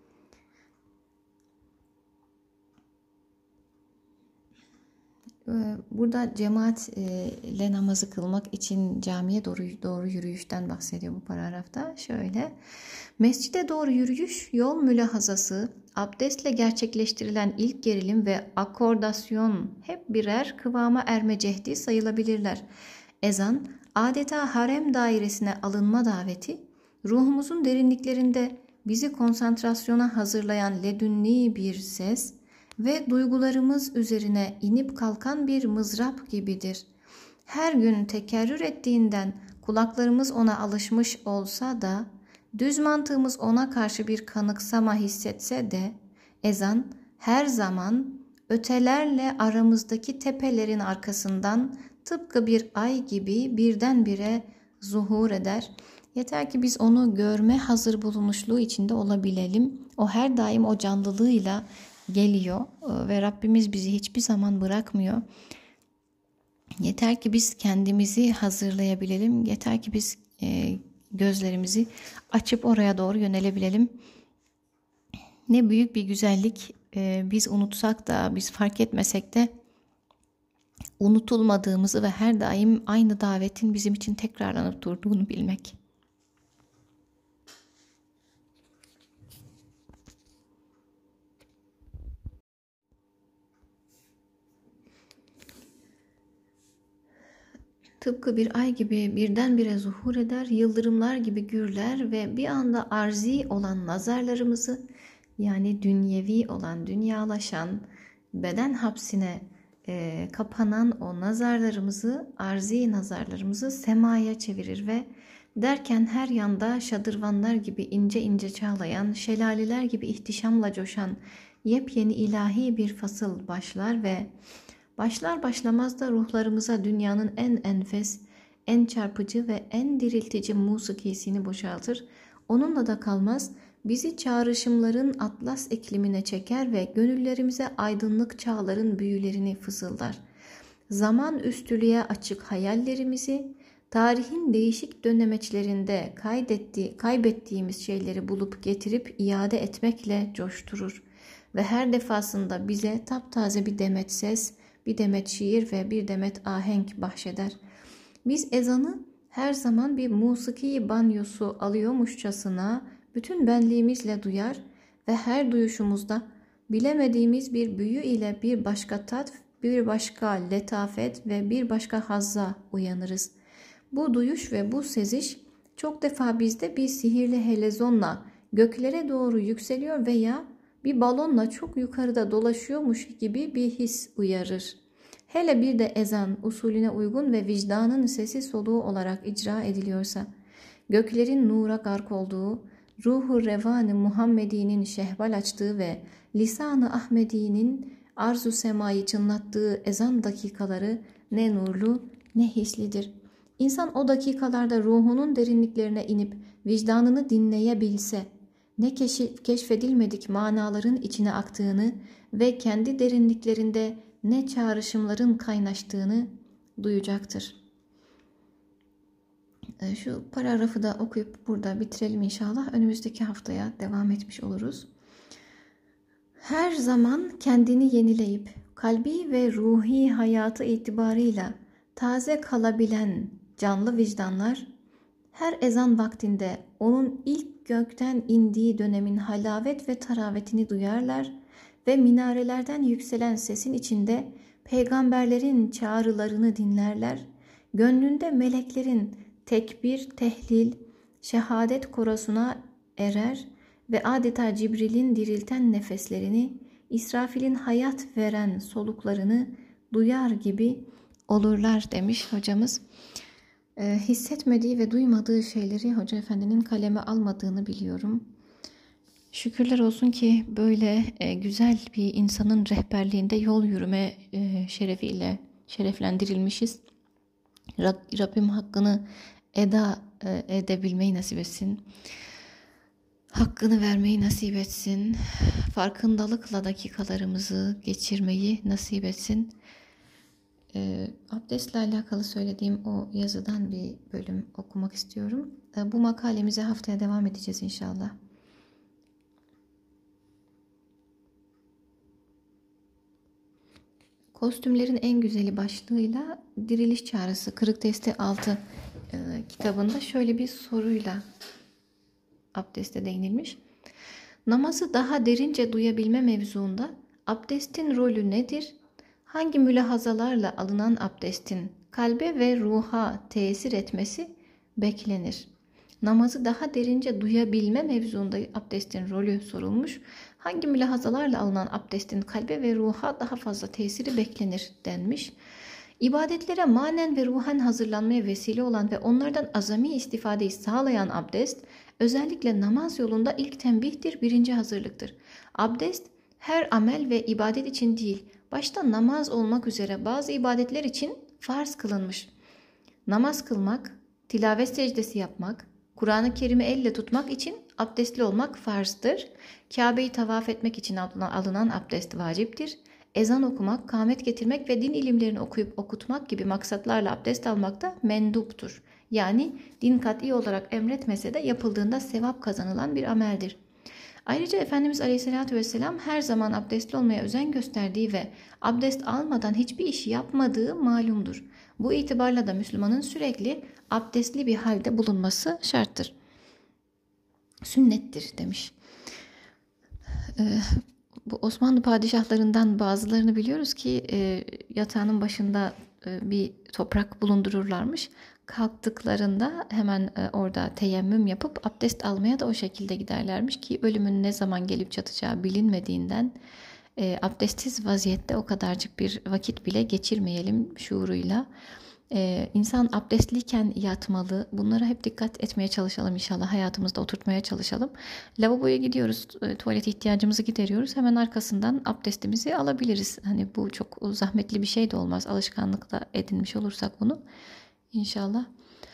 Burada cemaatle namazı kılmak için camiye doğru yürüyüşten bahsediyor bu paragrafta. Şöyle, mescide doğru yürüyüş, yol mülahazası, abdestle gerçekleştirilen ilk gerilim ve akordasyon hep birer kıvama erme cehdi sayılabilirler. Ezan, adeta harem dairesine alınma daveti, ruhumuzun derinliklerinde bizi konsantrasyona hazırlayan ledünni bir ses ve duygularımız üzerine inip kalkan bir mızrap gibidir. Her gün tekerrür ettiğinden kulaklarımız ona alışmış olsa da, düz mantığımız ona karşı bir kanıksama hissetse de, ezan her zaman ötelerle aramızdaki tepelerin arkasından tıpkı bir ay gibi birdenbire zuhur eder. Yeter ki biz onu görme hazır bulunuşluğu içinde olabilelim. O her daim o canlılığıyla geliyor ve Rabbimiz bizi hiçbir zaman bırakmıyor. Yeter ki biz kendimizi hazırlayabilelim. Yeter ki biz gözlerimizi açıp oraya doğru yönelebilelim. Ne büyük bir güzellik, biz unutsak da, biz fark etmesek de unutulmadığımızı ve her daim aynı davetin bizim için tekrarlanıp durduğunu bilmek. Tıpkı bir ay gibi birdenbire zuhur eder, yıldırımlar gibi gürler ve bir anda arzi olan nazarlarımızı, yani dünyevi olan, dünyalaşan, beden hapsine kapanan o nazarlarımızı, arzi nazarlarımızı semaya çevirir ve derken her yanda şadırvanlar gibi ince ince çağlayan, şelaleler gibi ihtişamla coşan yepyeni ilahi bir fasıl başlar ve başlar başlamaz da ruhlarımıza dünyanın en enfes, en çarpıcı ve en diriltici musikisini boşaltır. Onunla da kalmaz, bizi çağrışımların atlas iklimine çeker ve gönüllerimize aydınlık çağların büyülerini fısıldar. Zaman üstülüğe açık hayallerimizi, tarihin değişik dönemeçlerinde kaybettiğimiz şeyleri bulup getirip iade etmekle coşturur. Ve her defasında bize taptaze bir demet ses, bir demet şiir ve bir demet ahenk bahşeder. Biz ezanı her zaman bir musiki banyosu alıyormuşçasına bütün benliğimizle duyar ve her duyuşumuzda bilemediğimiz bir büyü ile bir başka tat, bir başka letafet ve bir başka hazza uyanırız. Bu duyuş ve bu seziş çok defa bizde bir sihirli helezonla göklere doğru yükseliyor veya bir balonla çok yukarıda dolaşıyormuş gibi bir his uyarır. Hele bir de ezan usulüne uygun ve vicdanın sesi soluğu olarak icra ediliyorsa, göklerin nura gark olduğu, ruhu revan-ı Muhammedi'nin şehval açtığı ve lisan-ı Ahmedi'nin arzu semayı çınlattığı ezan dakikaları ne nurlu ne hislidir. İnsan o dakikalarda ruhunun derinliklerine inip vicdanını dinleyebilse, ne keşfedilmedik manaların içine aktığını ve kendi derinliklerinde ne çağrışımların kaynaştığını duyacaktır. Şu paragrafı da okuyup burada bitirelim inşallah. Önümüzdeki haftaya devam etmiş oluruz. Her zaman kendini yenileyip kalbi ve ruhi hayatı itibarıyla taze kalabilen canlı vicdanlar, her ezan vaktinde onun ilk gökten indiği dönemin halavet ve taravetini duyarlar ve minarelerden yükselen sesin içinde peygamberlerin çağrılarını dinlerler, gönlünde meleklerin tekbir, tehlil, şehadet korosuna erer ve adeta Cibril'in dirilten nefeslerini, İsrafil'in hayat veren soluklarını duyar gibi olurlar demiş hocamız. Hissetmediği ve duymadığı şeyleri Hoca Efendi'nin kaleme almadığını biliyorum. Şükürler olsun ki böyle güzel bir insanın rehberliğinde yol yürüme şerefiyle şereflendirilmişiz. Rabbim hakkını eda edebilmeyi nasip etsin. Hakkını vermeyi nasip etsin. Farkındalıkla dakikalarımızı geçirmeyi nasip etsin. Abdestle alakalı söylediğim o yazıdan bir bölüm okumak istiyorum. Bu makalemize haftaya devam edeceğiz inşallah. Kostümlerin en güzeli başlığıyla Diriliş Çağrısı Kırık Testi 6 kitabında şöyle bir soruyla abdeste değinilmiş. Namazı daha derince duyabilme mevzuunda abdestin rolü nedir? Hangi mülahazalarla alınan abdestin kalbe ve ruha tesir etmesi beklenir? Namazı daha derince duyabilme mevzuunda abdestin rolü sorulmuş. Hangi mülahazalarla alınan abdestin kalbe ve ruha daha fazla tesiri beklenir denmiş. İbadetlere manen ve ruhen hazırlanmaya vesile olan ve onlardan azami istifadeyi sağlayan abdest, özellikle namaz yolunda ilk tembihtir, birinci hazırlıktır. Abdest, her amel ve ibadet için değil, başta namaz olmak üzere bazı ibadetler için farz kılınmış. Namaz kılmak, tilavet secdesi yapmak, Kur'an-ı Kerim'i elle tutmak için abdestli olmak farzdır. Kabe'yi tavaf etmek için alınan abdest vaciptir. Ezan okumak, kâmet getirmek ve din ilimlerini okuyup okutmak gibi maksatlarla abdest almak da menduptur. Yani din kat'i olarak emretmese de yapıldığında sevap kazanılan bir ameldir. Ayrıca Efendimiz Aleyhisselatü Vesselam her zaman abdestli olmaya özen gösterdiği ve abdest almadan hiçbir işi yapmadığı malumdur. Bu itibarla da Müslümanın sürekli abdestli bir halde bulunması şarttır. Sünnettir demiş. Bu Osmanlı padişahlarından bazılarını biliyoruz ki yatağının başında bir toprak bulundururlarmış. Kalktıklarında hemen orada teyemmüm yapıp abdest almaya da o şekilde giderlermiş ki ölümün ne zaman gelip çatacağı bilinmediğinden abdestsiz vaziyette o kadarcık bir vakit bile geçirmeyelim şuuruyla. İnsan abdestliyken yatmalı. Bunlara hep dikkat etmeye çalışalım inşallah. Hayatımızda oturtmaya çalışalım. Lavaboya gidiyoruz, tuvalet ihtiyacımızı gideriyoruz. Hemen arkasından abdestimizi alabiliriz. Hani bu çok zahmetli bir şey de olmaz. Alışkanlıkla edinmiş olursak bunu inşallah.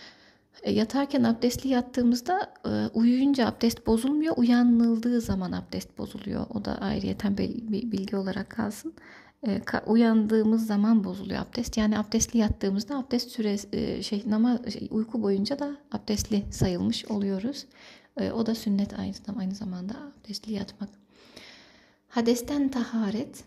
Yatarken abdestli yattığımızda uyuyunca abdest bozulmuyor. Uyanıldığı zaman abdest bozuluyor. O da ayrıyeten bir bilgi olarak kalsın. Uyandığımız zaman bozuluyor abdest. Yani abdestli yattığımızda abdest süresi uyku boyunca da abdestli sayılmış oluyoruz. O da sünnet aynı zamanda abdestli yatmak. Hadesten taharet.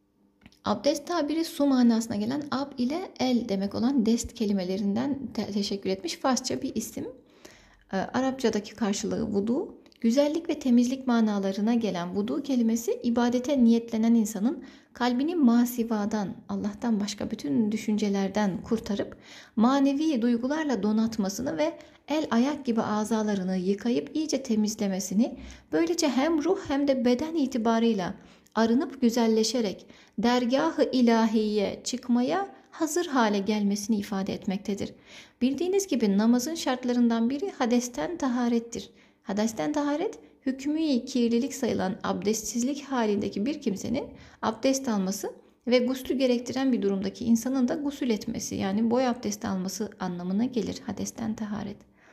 Abdest tabiri su manasına gelen ab ile el demek olan dest kelimelerinden teşekkür etmiş Farsça bir isim. Arapçadaki karşılığı vudu. Güzellik ve temizlik manalarına gelen vudu kelimesi ibadete niyetlenen insanın kalbini masivadan, Allah'tan başka bütün düşüncelerden kurtarıp manevi duygularla donatmasını ve el ayak gibi azalarını yıkayıp iyice temizlemesini, böylece hem ruh hem de beden itibarıyla arınıp güzelleşerek dergâh-ı ilahiye çıkmaya hazır hale gelmesini ifade etmektedir. Bildiğiniz gibi namazın şartlarından biri hadesten taharettir. Hadesten taharet, hükmü kirlilik sayılan abdestsizlik halindeki bir kimsenin abdest alması ve guslü gerektiren bir durumdaki insanın da gusül etmesi, yani boy abdesti alması anlamına gelir hadesten taharet.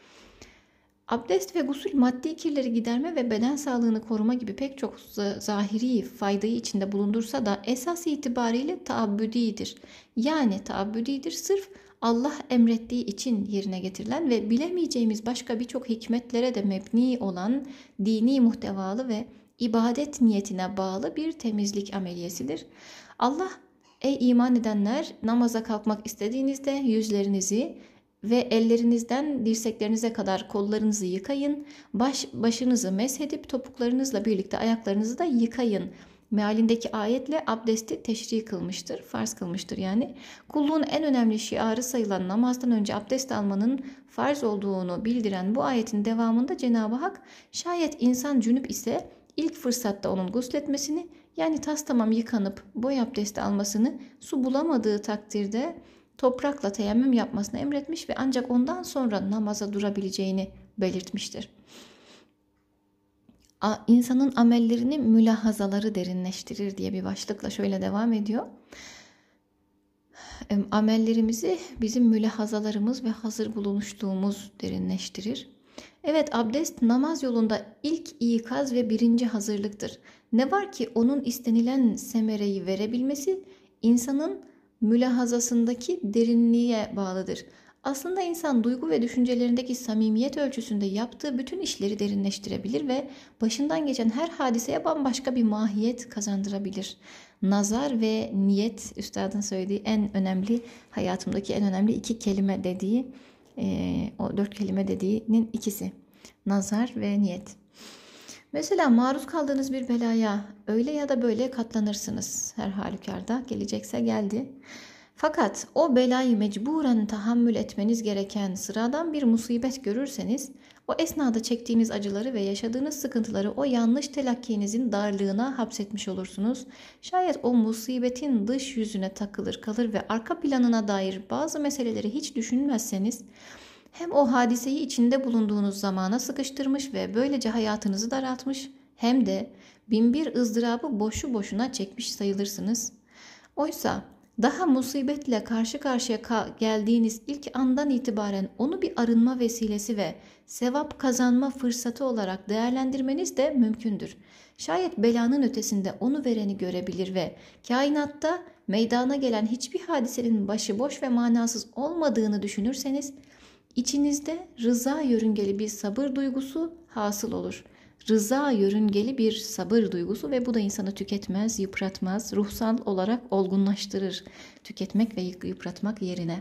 Abdest ve gusül maddi kirleri giderme ve beden sağlığını koruma gibi pek çok zahiri faydayı içinde bulundursa da esas itibariyle taabbüdidir. Yani taabbüdidir, sırf Allah emrettiği için yerine getirilen ve bilemeyeceğimiz başka birçok hikmetlere de mebni olan dini muhtevalı ve ibadet niyetine bağlı bir temizlik ameliyesidir. Allah, ey iman edenler, namaza kalkmak istediğinizde yüzlerinizi ve ellerinizden dirseklerinize kadar kollarınızı yıkayın, başınızı meshedip topuklarınızla birlikte ayaklarınızı da yıkayın mealindeki ayetle abdesti teşri kılmıştır, farz kılmıştır yani. Kulluğun en önemli şiarı sayılan namazdan önce abdest almanın farz olduğunu bildiren bu ayetin devamında Cenab-ı Hak, şayet insan cünüp ise ilk fırsatta onun gusletmesini, yani tastamam yıkanıp boy abdesti almasını, su bulamadığı takdirde toprakla teyemmüm yapmasını emretmiş ve ancak ondan sonra namaza durabileceğini belirtmiştir. insanın amellerini mülahazaları derinleştirir diye bir başlıkla şöyle devam ediyor. Amellerimizi bizim mülahazalarımız ve hazır bulunuşluğumuz derinleştirir. Evet, abdest namaz yolunda ilk ikaz ve birinci hazırlıktır. Ne var ki onun istenilen semereyi verebilmesi insanın mülahazasındaki derinliğe bağlıdır. Aslında insan duygu ve düşüncelerindeki samimiyet ölçüsünde yaptığı bütün işleri derinleştirebilir ve başından geçen her hadiseye bambaşka bir mahiyet kazandırabilir. Nazar ve niyet, üstadın söylediği en önemli, hayatımdaki en önemli iki kelime dediği, o 4 kelime dediğinin ikisi. Nazar ve niyet. Mesela maruz kaldığınız bir belaya öyle ya da böyle katlanırsınız. Her halükarda gelecekse geldi. Fakat o belayı mecburen tahammül etmeniz gereken sıradan bir musibet görürseniz, o esnada çektiğiniz acıları ve yaşadığınız sıkıntıları o yanlış telakkinizin darlığına hapsetmiş olursunuz. Şayet o musibetin dış yüzüne takılır kalır ve arka planına dair bazı meseleleri hiç düşünmezseniz, hem o hadiseyi içinde bulunduğunuz zamana sıkıştırmış ve böylece hayatınızı daraltmış, hem de binbir ızdırabı boşu boşuna çekmiş sayılırsınız. Oysa daha musibetle karşı karşıya geldiğiniz ilk andan itibaren onu bir arınma vesilesi ve sevap kazanma fırsatı olarak değerlendirmeniz de mümkündür. Şayet belanın ötesinde onu vereni görebilir ve kainatta meydana gelen hiçbir hadisenin başıboş ve manasız olmadığını düşünürseniz, İçinizde rıza yörüngeli bir sabır duygusu hasıl olur. Rıza yörüngeli bir sabır duygusu ve bu da insanı tüketmez, yıpratmaz, ruhsal olarak olgunlaştırır. Tüketmek ve yıpratmak yerine.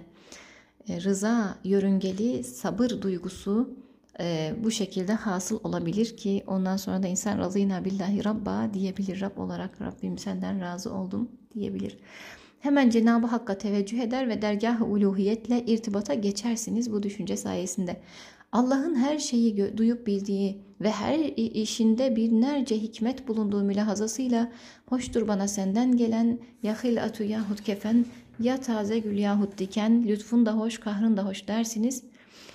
Rıza yörüngeli sabır duygusu bu şekilde hasıl olabilir ki ondan sonra da insan razıyna billahi rabba diyebilir. Rab olarak Rabbim senden razı oldum diyebilir. Hemen Cenab-ı Hakk'a teveccüh eder ve dergâh-ı uluhiyetle irtibata geçersiniz bu düşünce sayesinde. Allah'ın her şeyi duyup bildiği ve her işinde binlerce hikmet bulunduğu mülahazasıyla hoştur bana senden gelen ya hilatu yahut kefen, ya taze gül yahut diken, lütfun da hoş kahrın da hoş dersiniz.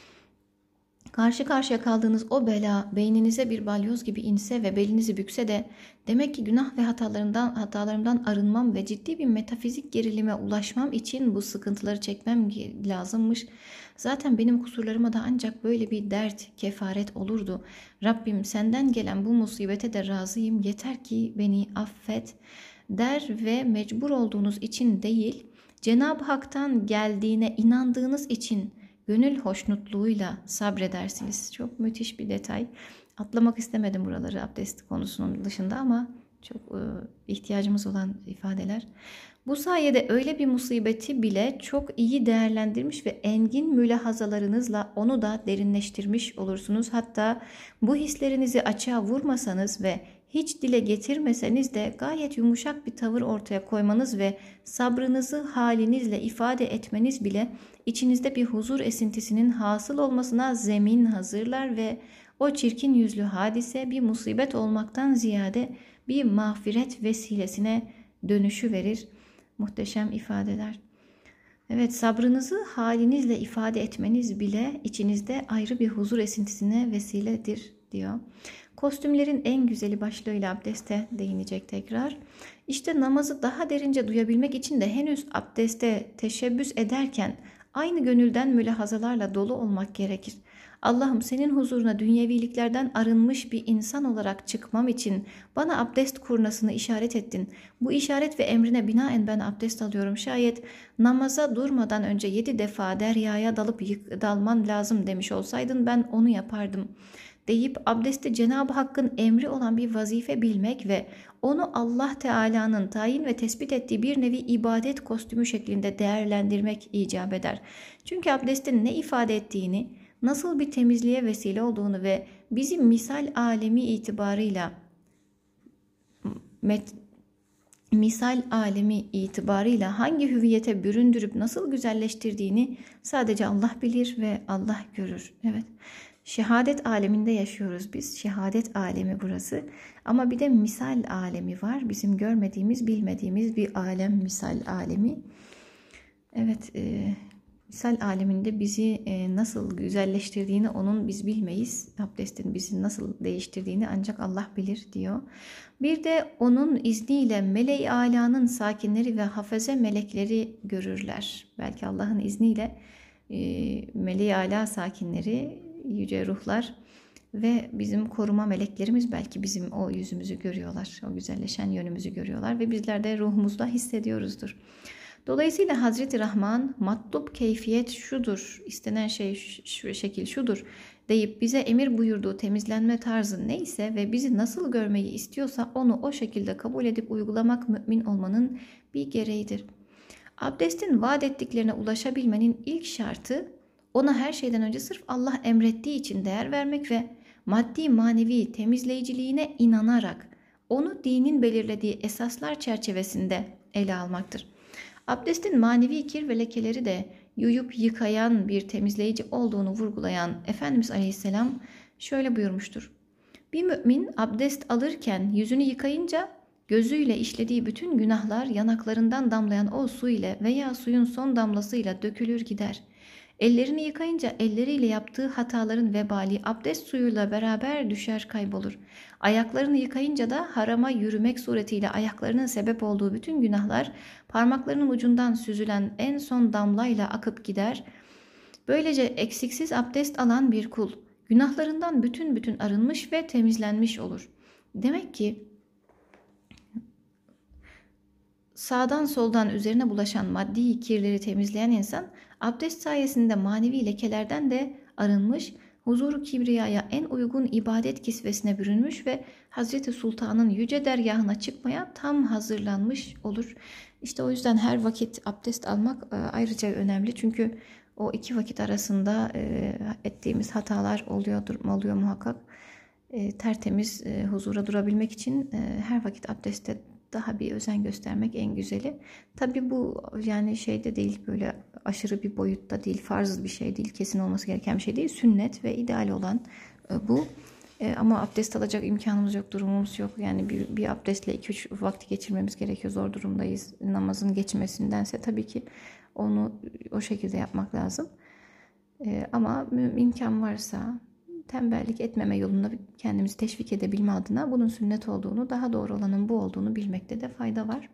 Karşı karşıya kaldığınız o bela beyninize bir balyoz gibi inse ve belinizi bükse de demek ki günah ve hatalarımdan arınmam ve ciddi bir metafizik gerilime ulaşmam için bu sıkıntıları çekmem lazımmış. Zaten benim kusurlarıma da ancak böyle bir dert kefaret olurdu. Rabbim senden gelen bu musibete de razıyım, yeter ki beni affet der ve mecbur olduğunuz için değil, Cenab-ı Hak'tan geldiğine inandığınız için gönül hoşnutluğuyla sabredersiniz. Çok müthiş bir detay. Atlamak istemedim buraları abdest konusunun dışında ama çok ihtiyacımız olan ifadeler. Bu sayede öyle bir musibeti bile çok iyi değerlendirmiş ve engin mülahazalarınızla onu da derinleştirmiş olursunuz. Hatta bu hislerinizi açığa vurmasanız ve hiç dile getirmeseniz de gayet yumuşak bir tavır ortaya koymanız ve sabrınızı halinizle ifade etmeniz bile içinizde bir huzur esintisinin hasıl olmasına zemin hazırlar ve o çirkin yüzlü hadise bir musibet olmaktan ziyade bir mağfiret vesilesine dönüşü verir. Muhteşem ifadeler. Evet, sabrınızı halinizle ifade etmeniz bile içinizde ayrı bir huzur esintisine vesiledir diyor. Kostümlerin en güzeli başlığıyla abdeste değinecek tekrar. İşte namazı daha derince duyabilmek için de henüz abdeste teşebbüs ederken aynı gönülden mülahazalarla dolu olmak gerekir. Allah'ım senin huzuruna dünyeviliklerden arınmış bir insan olarak çıkmam için bana abdest kurnasını işaret ettin. Bu işaret ve emrine binaen ben abdest alıyorum. Şayet namaza durmadan önce 7 defa deryaya dalman lazım demiş olsaydın ben onu yapardım deyip abdesti Cenab-ı Hakk'ın emri olan bir vazife bilmek ve onu Allah Teala'nın tayin ve tespit ettiği bir nevi ibadet kostümü şeklinde değerlendirmek icap eder. Çünkü abdestin ne ifade ettiğini, nasıl bir temizliğe vesile olduğunu ve bizim misal alemi itibarıyla hangi hüviyete büründürüp nasıl güzelleştirdiğini sadece Allah bilir ve Allah görür. Evet. Şehadet aleminde yaşıyoruz biz. Şehadet alemi burası. Ama bir de misal alemi var. Bizim görmediğimiz, bilmediğimiz bir alem, misal alemi. Evet, misal aleminde bizi nasıl güzelleştirdiğini onun biz bilmeyiz. Abdestin bizi nasıl değiştirdiğini ancak Allah bilir diyor. Bir de onun izniyle mele-i âlâ'nın sakinleri ve hafaze melekleri görürler. Belki Allah'ın izniyle mele-i âlâ sakinleri, yüce ruhlar ve bizim koruma meleklerimiz belki bizim o yüzümüzü görüyorlar. O güzelleşen yönümüzü görüyorlar ve bizler de ruhumuzda hissediyoruzdur. Dolayısıyla Hazreti Rahman matlub keyfiyet şudur, istenen şey şu şekil şudur deyip bize emir buyurduğu temizlenme tarzı neyse ve bizi nasıl görmeyi istiyorsa onu o şekilde kabul edip uygulamak mümin olmanın bir gereğidir. Abdestin vaat ettiklerine ulaşabilmenin ilk şartı ona her şeyden önce sırf Allah emrettiği için değer vermek ve maddi manevi temizleyiciliğine inanarak onu dinin belirlediği esaslar çerçevesinde ele almaktır. Abdestin manevi kir ve lekeleri de yuyup yıkayan bir temizleyici olduğunu vurgulayan Efendimiz Aleyhisselam şöyle buyurmuştur. Bir mümin abdest alırken yüzünü yıkayınca gözüyle işlediği bütün günahlar yanaklarından damlayan o su ile veya suyun son damlasıyla dökülür gider. Ellerini yıkayınca elleriyle yaptığı hataların vebali abdest suyuyla beraber düşer kaybolur. Ayaklarını yıkayınca da harama yürümek suretiyle ayaklarının sebep olduğu bütün günahlar parmaklarının ucundan süzülen en son damlayla akıp gider. Böylece eksiksiz abdest alan bir kul günahlarından bütün arınmış ve temizlenmiş olur. Demek ki sağdan soldan üzerine bulaşan maddi kirleri temizleyen insan abdest sayesinde manevi lekelerden de arınmış, huzuru kibriyaya en uygun ibadet kisvesine bürünmüş ve Hazreti Sultan'ın yüce dergahına çıkmaya tam hazırlanmış olur. İşte o yüzden her vakit abdest almak ayrıca önemli. Çünkü o iki vakit arasında ettiğimiz hatalar oluyor muhakkak. Tertemiz huzura durabilmek için her vakit abdeste daha bir özen göstermek en güzeli. Tabii bu yani şeyde değil, böyle aşırı bir boyutta değil, farz bir şey değil, kesin olması gereken bir şey değil. Sünnet ve ideal olan bu. Ama abdest alacak imkanımız yok, durumumuz yok. Yani bir abdestle 2-3 vakti geçirmemiz gerekiyor. Zor durumdayız. Namazın geçmesindense tabii ki onu o şekilde yapmak lazım. Ama imkan varsa tembellik etmeme yolunda kendimizi teşvik edebilme adına bunun sünnet olduğunu, daha doğru olanın bu olduğunu bilmekte de fayda var.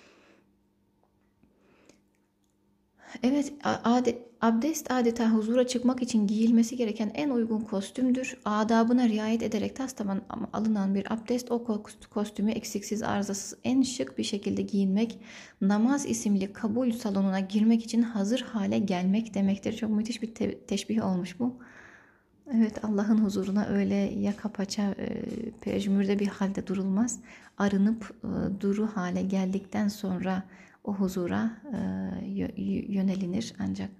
Evet, abdest adeta huzura çıkmak için giyilmesi gereken en uygun kostümdür. Adabına riayet ederek tastamam alınan bir abdest o kostümü eksiksiz arızasız en şık bir şekilde giyinmek, namaz isimli kabul salonuna girmek için hazır hale gelmek demektir. Çok müthiş bir teşbih olmuş bu. Evet, Allah'ın huzuruna öyle yaka paça pejmürde bir halde durulmaz. Arınıp duru hale geldikten sonra o huzura yönelinir ancak.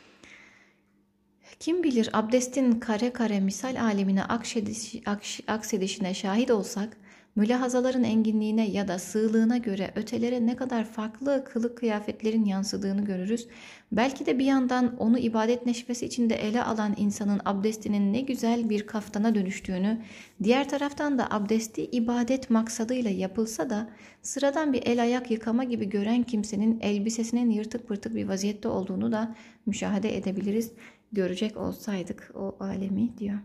Kim bilir abdestin kare kare misal alemine aksedişine şahit olsak, mülahazaların enginliğine ya da sığlığına göre ötelere ne kadar farklı kılık kıyafetlerin yansıdığını görürüz. Belki de bir yandan onu ibadet neşvesi içinde ele alan insanın abdestinin ne güzel bir kaftana dönüştüğünü, diğer taraftan da abdesti ibadet maksadıyla yapılsa da sıradan bir el ayak yıkama gibi gören kimsenin elbisesinin yırtık pırtık bir vaziyette olduğunu da müşahede edebiliriz. Görecek olsaydık o alemi diyor.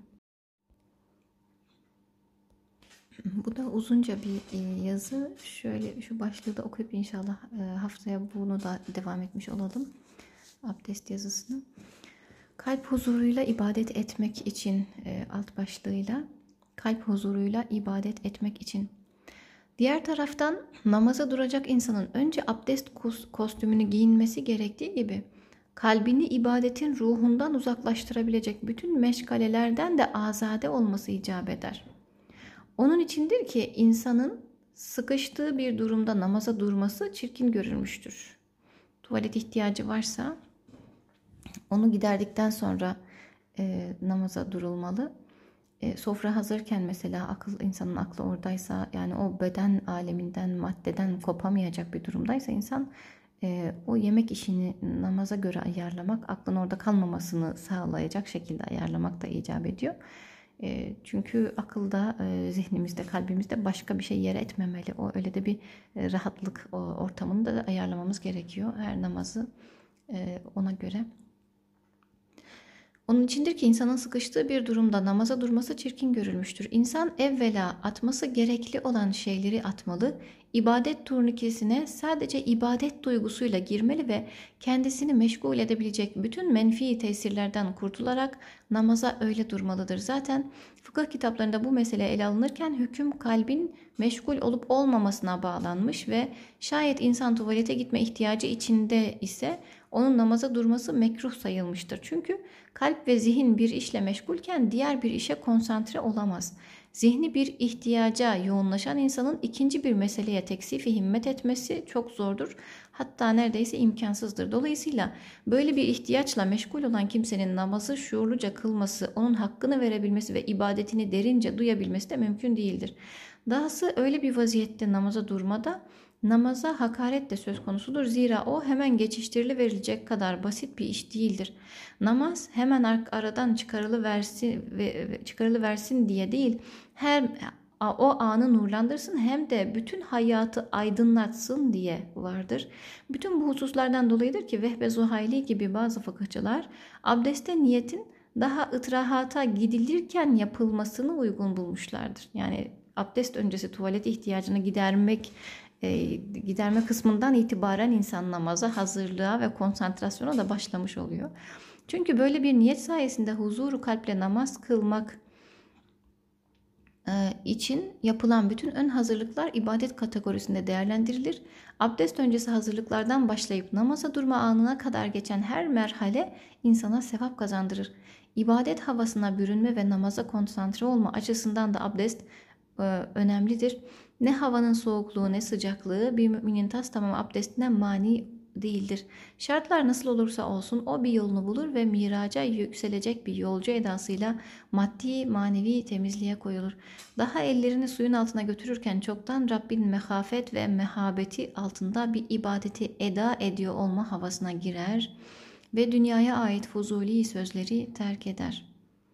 Bu da uzunca bir yazı. Şöyle şu başlığı da okuyup inşallah haftaya bunu da devam etmiş olalım. Abdest yazısını. Kalp huzuruyla ibadet etmek için alt başlığıyla. Kalp huzuruyla ibadet etmek için. Diğer taraftan namaza duracak insanın önce abdest kostümünü giyinmesi gerektiği gibi kalbini ibadetin ruhundan uzaklaştırabilecek bütün meşgalelerden de azade olması icap eder. Onun içindir ki insanın sıkıştığı bir durumda namaza durması çirkin görülmüştür. Tuvalet ihtiyacı varsa onu giderdikten sonra namaza durulmalı. Sofra hazırken mesela insanın aklı oradaysa, yani o beden aleminden, maddeden kopamayacak bir durumdaysa insan o yemek işini namaza göre ayarlamak, aklın orada kalmamasını sağlayacak şekilde ayarlamak da icap ediyor. Çünkü akılda, zihnimizde, kalbimizde başka bir şey yer etmemeli. O öyle de bir rahatlık ortamını da ayarlamamız gerekiyor. Her namazı ona göre Onun içindir ki insanın sıkıştığı bir durumda namaza durması çirkin görülmüştür. İnsan evvela atması gerekli olan şeyleri atmalı, ibadet turnikesine sadece ibadet duygusuyla girmeli ve kendisini meşgul edebilecek bütün menfi tesirlerden kurtularak namaza öyle durmalıdır. Zaten fıkıh kitaplarında bu mesele ele alınırken hüküm kalbin meşgul olup olmamasına bağlanmış ve şayet insan tuvalete gitme ihtiyacı içinde ise onun namaza durması mekruh sayılmıştır. Çünkü kalp ve zihin bir işle meşgulken diğer bir işe konsantre olamaz. Zihni bir ihtiyaca yoğunlaşan insanın ikinci bir meseleye teksifi himmet etmesi çok zordur. Hatta neredeyse imkansızdır. Dolayısıyla böyle bir ihtiyaçla meşgul olan kimsenin namazı şuurluca kılması, onun hakkını verebilmesi ve ibadetini derince duyabilmesi de mümkün değildir. Dahası öyle bir vaziyette namaza durmada namaza hakaret de söz konusudur. Zira o hemen geçiştirili verilecek kadar basit bir iş değildir. Namaz hemen aradan çıkarılıversin diye değil, hem o anı nurlandırsın hem de bütün hayatı aydınlatsın diye vardır. Bütün bu hususlardan dolayıdır ki Vehbe Zuhayli gibi bazı fıkıhçılar abdeste niyetin daha ıtrahata gidilirken yapılmasını uygun bulmuşlardır. Yani abdest öncesi tuvalet ihtiyacını giderme kısmından itibaren insan namaza, hazırlığa ve konsantrasyona da başlamış oluyor. Çünkü böyle bir niyet sayesinde huzuru kalple namaz kılmak için yapılan bütün ön hazırlıklar ibadet kategorisinde değerlendirilir. Abdest öncesi hazırlıklardan başlayıp namaza durma anına kadar geçen her merhale insana sevap kazandırır. İbadet havasına bürünme ve namaza konsantre olma açısından da abdest önemlidir. Ne havanın soğukluğu ne sıcaklığı bir müminin tastamam abdestine mani değildir. Şartlar nasıl olursa olsun o bir yolunu bulur ve miraca yükselecek bir yolcu edasıyla maddi manevi temizliğe koyulur. Daha ellerini suyun altına götürürken çoktan Rabbin mehafet ve mehabeti altında bir ibadeti eda ediyor olma havasına girer ve dünyaya ait fuzuli sözleri terk eder.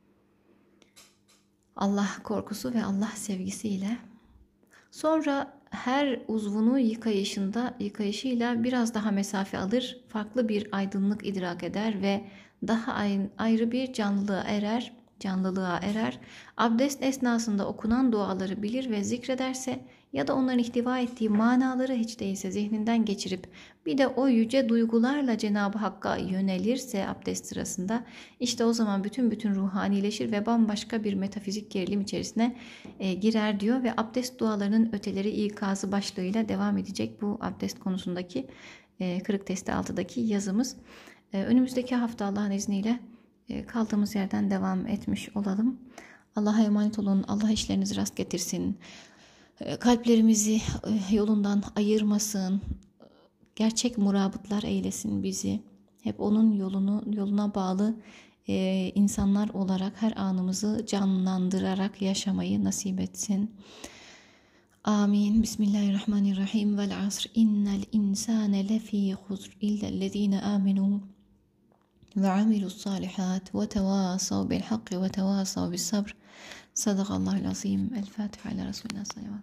Allah korkusu ve Allah sevgisiyle. Sonra her uzvunu yıkayışıyla biraz daha mesafe alır, farklı bir aydınlık idrak eder ve daha ayrı bir canlılığa erer. Abdest esnasında okunan duaları bilir ve zikrederse ya da onların ihtiva ettiği manaları hiç değilse zihninden geçirip bir de o yüce duygularla Cenab-ı Hakk'a yönelirse abdest sırasında işte o zaman bütün ruhanileşir ve bambaşka bir metafizik gerilim içerisine girer diyor ve abdest dualarının öteleri ikazı başlığıyla devam edecek bu abdest konusundaki kırık testi 6'daki yazımız. Önümüzdeki hafta Allah'ın izniyle kaldığımız yerden devam etmiş olalım. Allah'a emanet olun. Allah işlerinizi rast getirsin. Kalplerimizi yolundan ayırmasın. Gerçek murabıtlar eylesin bizi. Hep onun yoluna bağlı insanlar olarak her anımızı canlandırarak yaşamayı nasip etsin. Amin. Bismillahirrahmanirrahim. Vel asr. İnnel insane lefî husr illellezîne âmenû ve amilus salihat ve tevasav bil hakki ve tevasav bis sabr. Sadakallahul azim. El Fatiha ile Resulina salavat.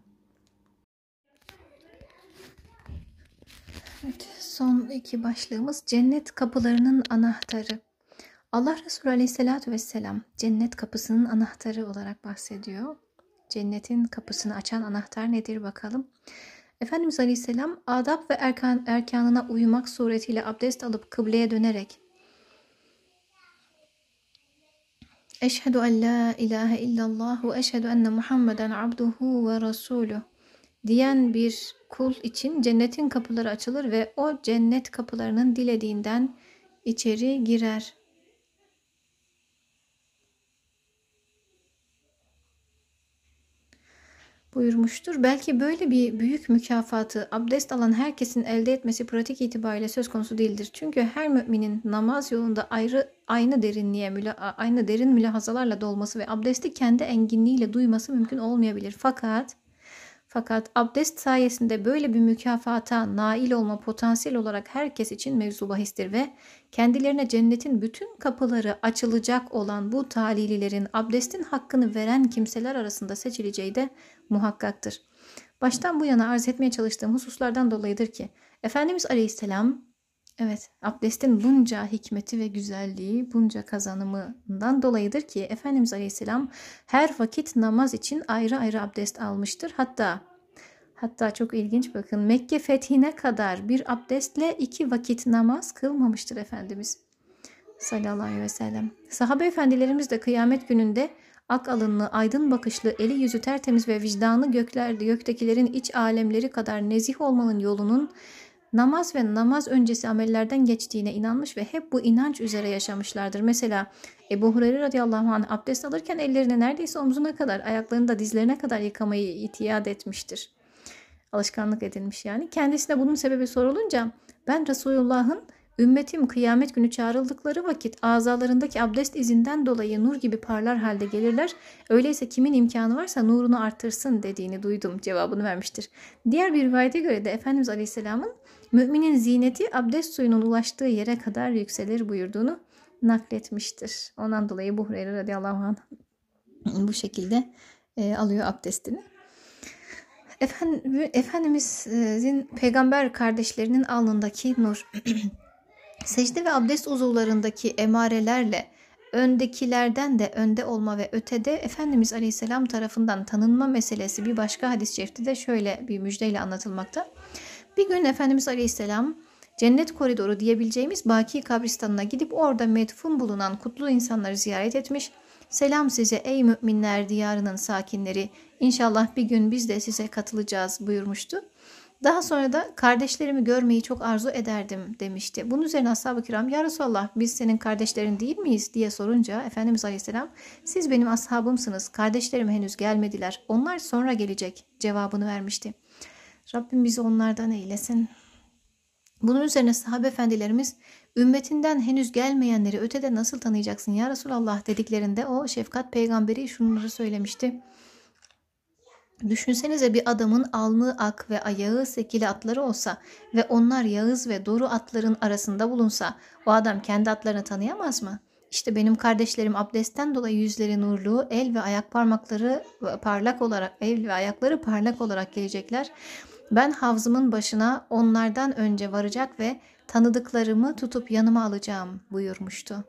Evet, son iki başlığımız cennet kapılarının anahtarı. Allah Resulü Aleyhisselatü Vesselam cennet kapısının anahtarı olarak bahsediyor. Cennetin kapısını açan anahtar nedir bakalım. Efendimiz Aleyhisselam adab ve erkanına uymak suretiyle abdest alıp kıbleye dönerek Eşhedü en la ilahe illallah ve eşhedü enne Muhammeden abduhu ve rasuluh diyen bir kul için cennetin kapıları açılır ve o cennet kapılarının dilediğinden içeri girer. Buyurmuştur. Belki böyle bir büyük mükafatı abdest alan herkesin elde etmesi pratik itibariyle söz konusu değildir. Çünkü her müminin namaz yolunda aynı derin mülahazalarla dolması ve abdesti kendi enginliğiyle duyması mümkün olmayabilir. Fakat abdest sayesinde böyle bir mükafata nail olma potansiyel olarak herkes için mevzu bahistir ve kendilerine cennetin bütün kapıları açılacak olan bu talililerin abdestin hakkını veren kimseler arasında seçileceği de muhakkaktır. Baştan bu yana arz etmeye çalıştığım hususlardan dolayıdır ki Efendimiz Aleyhisselam Evet, abdestin bunca hikmeti ve güzelliği, bunca kazanımından dolayıdır ki Efendimiz Aleyhisselam her vakit namaz için ayrı ayrı abdest almıştır. Hatta çok ilginç, bakın, Mekke fethine kadar bir abdestle 2 vakit namaz kılmamıştır Efendimiz sallallahu aleyhi ve sellem. Sahabe efendilerimiz de kıyamet gününde ak alınlı, aydın bakışlı, eli yüzü tertemiz ve vicdanı göktekilerin iç alemleri kadar nezih olmanın yolunun namaz ve namaz öncesi amellerden geçtiğine inanmış ve hep bu inanç üzere yaşamışlardır. Mesela Ebu Hureyre radıyallahu anh abdest alırken ellerini neredeyse omzuna kadar, ayaklarını da dizlerine kadar yıkamayı itiyat etmiştir. Alışkanlık edinmiş yani. Kendisine bunun sebebi sorulunca, ben Resulullah'ın ümmetim kıyamet günü çağrıldıkları vakit azalarındaki abdest izinden dolayı nur gibi parlar halde gelirler. Öyleyse kimin imkanı varsa nurunu artırsın dediğini duydum cevabını vermiştir. Diğer bir rivayete göre de Efendimiz Aleyhisselam'ın müminin ziyneti abdest suyunun ulaştığı yere kadar yükselir buyurduğunu nakletmiştir. Ondan dolayı Ebu Hureyre radıyallahu anh bu şekilde alıyor abdestini. Efendimizin peygamber kardeşlerinin alnındaki nur, secde ve abdest uzuvlarındaki emarelerle öndekilerden de önde olma ve ötede Efendimiz Aleyhisselam tarafından tanınma meselesi bir başka hadis-i şerifte de şöyle bir müjdeyle anlatılmakta. Bir gün Efendimiz Aleyhisselam cennet koridoru diyebileceğimiz Baki kabristanına gidip orada medfun bulunan kutlu insanları ziyaret etmiş. Selam size ey müminler diyarının sakinleri, İnşallah bir gün biz de size katılacağız buyurmuştu. Daha sonra da kardeşlerimi görmeyi çok arzu ederdim demişti. Bunun üzerine ashab-ı kiram, ya Resulallah biz senin kardeşlerin değil miyiz diye sorunca Efendimiz Aleyhisselam, siz benim ashabımsınız, kardeşlerim henüz gelmediler, onlar sonra gelecek cevabını vermişti. Rabbim bizi onlardan eylesin. Bunun üzerine sahabe efendilerimiz, ümmetinden henüz gelmeyenleri ötede nasıl tanıyacaksın ya Resulallah dediklerinde o şefkat peygamberi şunları söylemişti. Düşünsenize, bir adamın alnı ak ve ayağı sekili atları olsa ve onlar yağız ve doğru atların arasında bulunsa, o adam kendi atlarını tanıyamaz mı? İşte benim kardeşlerim abdestten dolayı yüzleri nurlu, el ve ayakları parlak olarak gelecekler. Ben havzımın başına onlardan önce varacak ve tanıdıklarımı tutup yanıma alacağım buyurmuştu.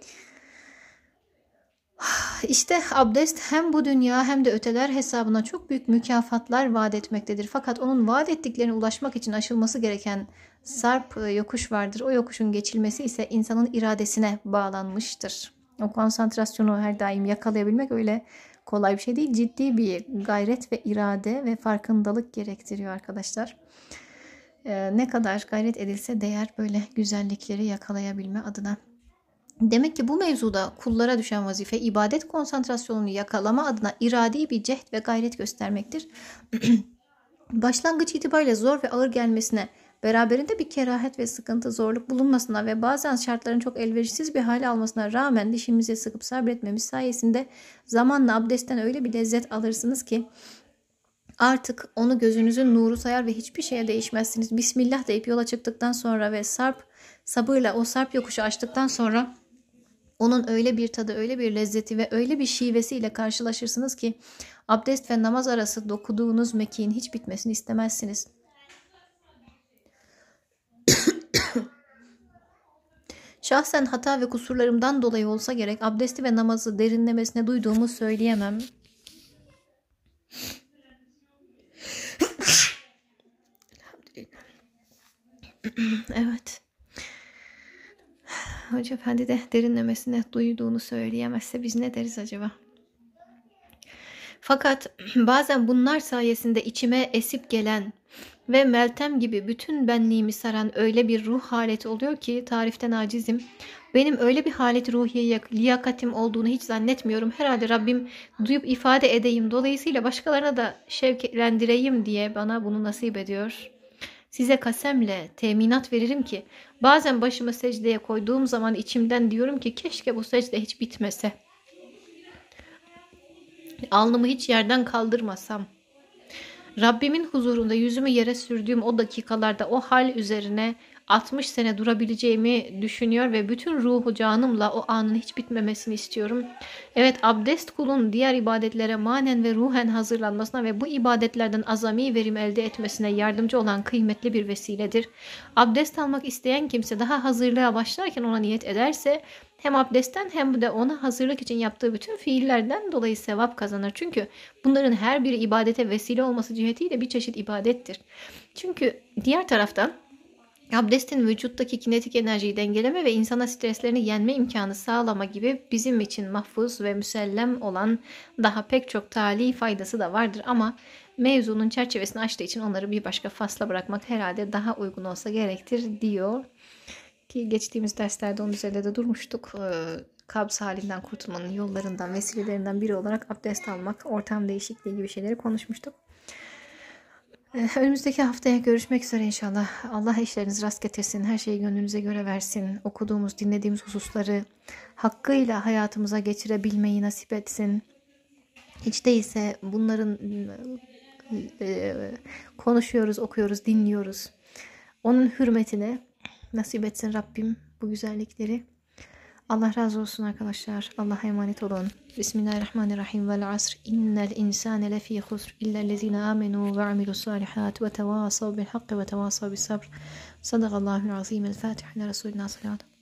İşte abdest hem bu dünya hem de öteler hesabına çok büyük mükafatlar vaat etmektedir. Fakat onun vaat ettiklerine ulaşmak için aşılması gereken sarp yokuş vardır. O yokuşun geçilmesi ise insanın iradesine bağlanmıştır. O konsantrasyonu her daim yakalayabilmek öyle kolay bir şey değil. Ciddi bir gayret ve irade ve farkındalık gerektiriyor arkadaşlar. Ne kadar gayret edilse değer böyle güzellikleri yakalayabilme adına. Demek ki bu mevzuda kullara düşen vazife ibadet konsantrasyonunu yakalama adına iradi bir cehd ve gayret göstermektir. Başlangıç itibariyle zor ve ağır gelmesine, beraberinde bir kerahet ve sıkıntı, zorluk bulunmasına ve bazen şartların çok elverişsiz bir hale almasına rağmen dişimizi sıkıp sabretmemiz sayesinde zamanla abdestten öyle bir lezzet alırsınız ki artık onu gözünüzün nuru sayar ve hiçbir şeye değişmezsiniz. Bismillah deyip yola çıktıktan sonra ve sabırla o sarp yokuşu açtıktan sonra onun öyle bir tadı, öyle bir lezzeti ve öyle bir şivesiyle karşılaşırsınız ki abdest ve namaz arası dokuduğunuz mekiğin hiç bitmesini istemezsiniz. Şahsen hata ve kusurlarımdan dolayı olsa gerek abdesti ve namazı derinlemesine duyduğumu söyleyemem. Evet. Hoca Efendi de derinlemesine duyduğunu söyleyemezse biz ne deriz acaba? Fakat bazen bunlar sayesinde içime esip gelen ve Meltem gibi bütün benliğimi saran öyle bir ruh haleti oluyor ki tariften acizim. Benim öyle bir haleti ruhiye liyakatim olduğunu hiç zannetmiyorum. Herhalde Rabbim duyup ifade edeyim, dolayısıyla başkalarına da şevklendireyim diye bana bunu nasip ediyor. Size kasemle teminat veririm ki bazen başımı secdeye koyduğum zaman içimden diyorum ki keşke bu secde hiç bitmese. Alnımı hiç yerden kaldırmasam. Rabbimin huzurunda yüzümü yere sürdüğüm o dakikalarda o hal üzerine 60 sene durabileceğimi düşünüyor ve bütün ruhu canımla o anın hiç bitmemesini istiyorum. Evet, abdest kulun diğer ibadetlere manen ve ruhen hazırlanmasına ve bu ibadetlerden azami verim elde etmesine yardımcı olan kıymetli bir vesiledir. Abdest almak isteyen kimse daha hazırlığa başlarken ona niyet ederse hem abdestten hem de ona hazırlık için yaptığı bütün fiillerden dolayı sevap kazanır. Çünkü bunların her biri ibadete vesile olması cihetiyle bir çeşit ibadettir. Çünkü diğer taraftan abdestin vücuttaki kinetik enerjiyi dengeleme ve insana streslerini yenme imkanı sağlama gibi bizim için mahfuz ve müsellem olan daha pek çok tali faydası da vardır. Ama mevzunun çerçevesini açtığı için onları bir başka fasla bırakmak herhalde daha uygun olsa gerektir diyor. Ki geçtiğimiz derslerde onun üzerinde de durmuştuk. Kabz halinden kurtulmanın yollarından, vesilelerinden biri olarak abdest almak, ortam değişikliği gibi şeyleri konuşmuştuk. Önümüzdeki haftaya görüşmek üzere inşallah. Allah işlerinizi rast getirsin. Her şeyi gönlünüze göre versin. Okuduğumuz, dinlediğimiz hususları hakkıyla hayatımıza geçirebilmeyi nasip etsin. Hiç değilse bunların konuşuyoruz, okuyoruz, dinliyoruz. Onun hürmetine nasip etsin Rabbim bu güzellikleri. Allah razı olsun arkadaşlar. Allah'a emanet olun. Bismillahirrahmanirrahim. Vel asr. İnnel insane lefî husr. İllellezîne âmenû ve amilussâlihât ve tevâsav bil hakkı ve tevâsav bis sabr. Sadakallâhul azîm. El Fatiha. Resulina salavat.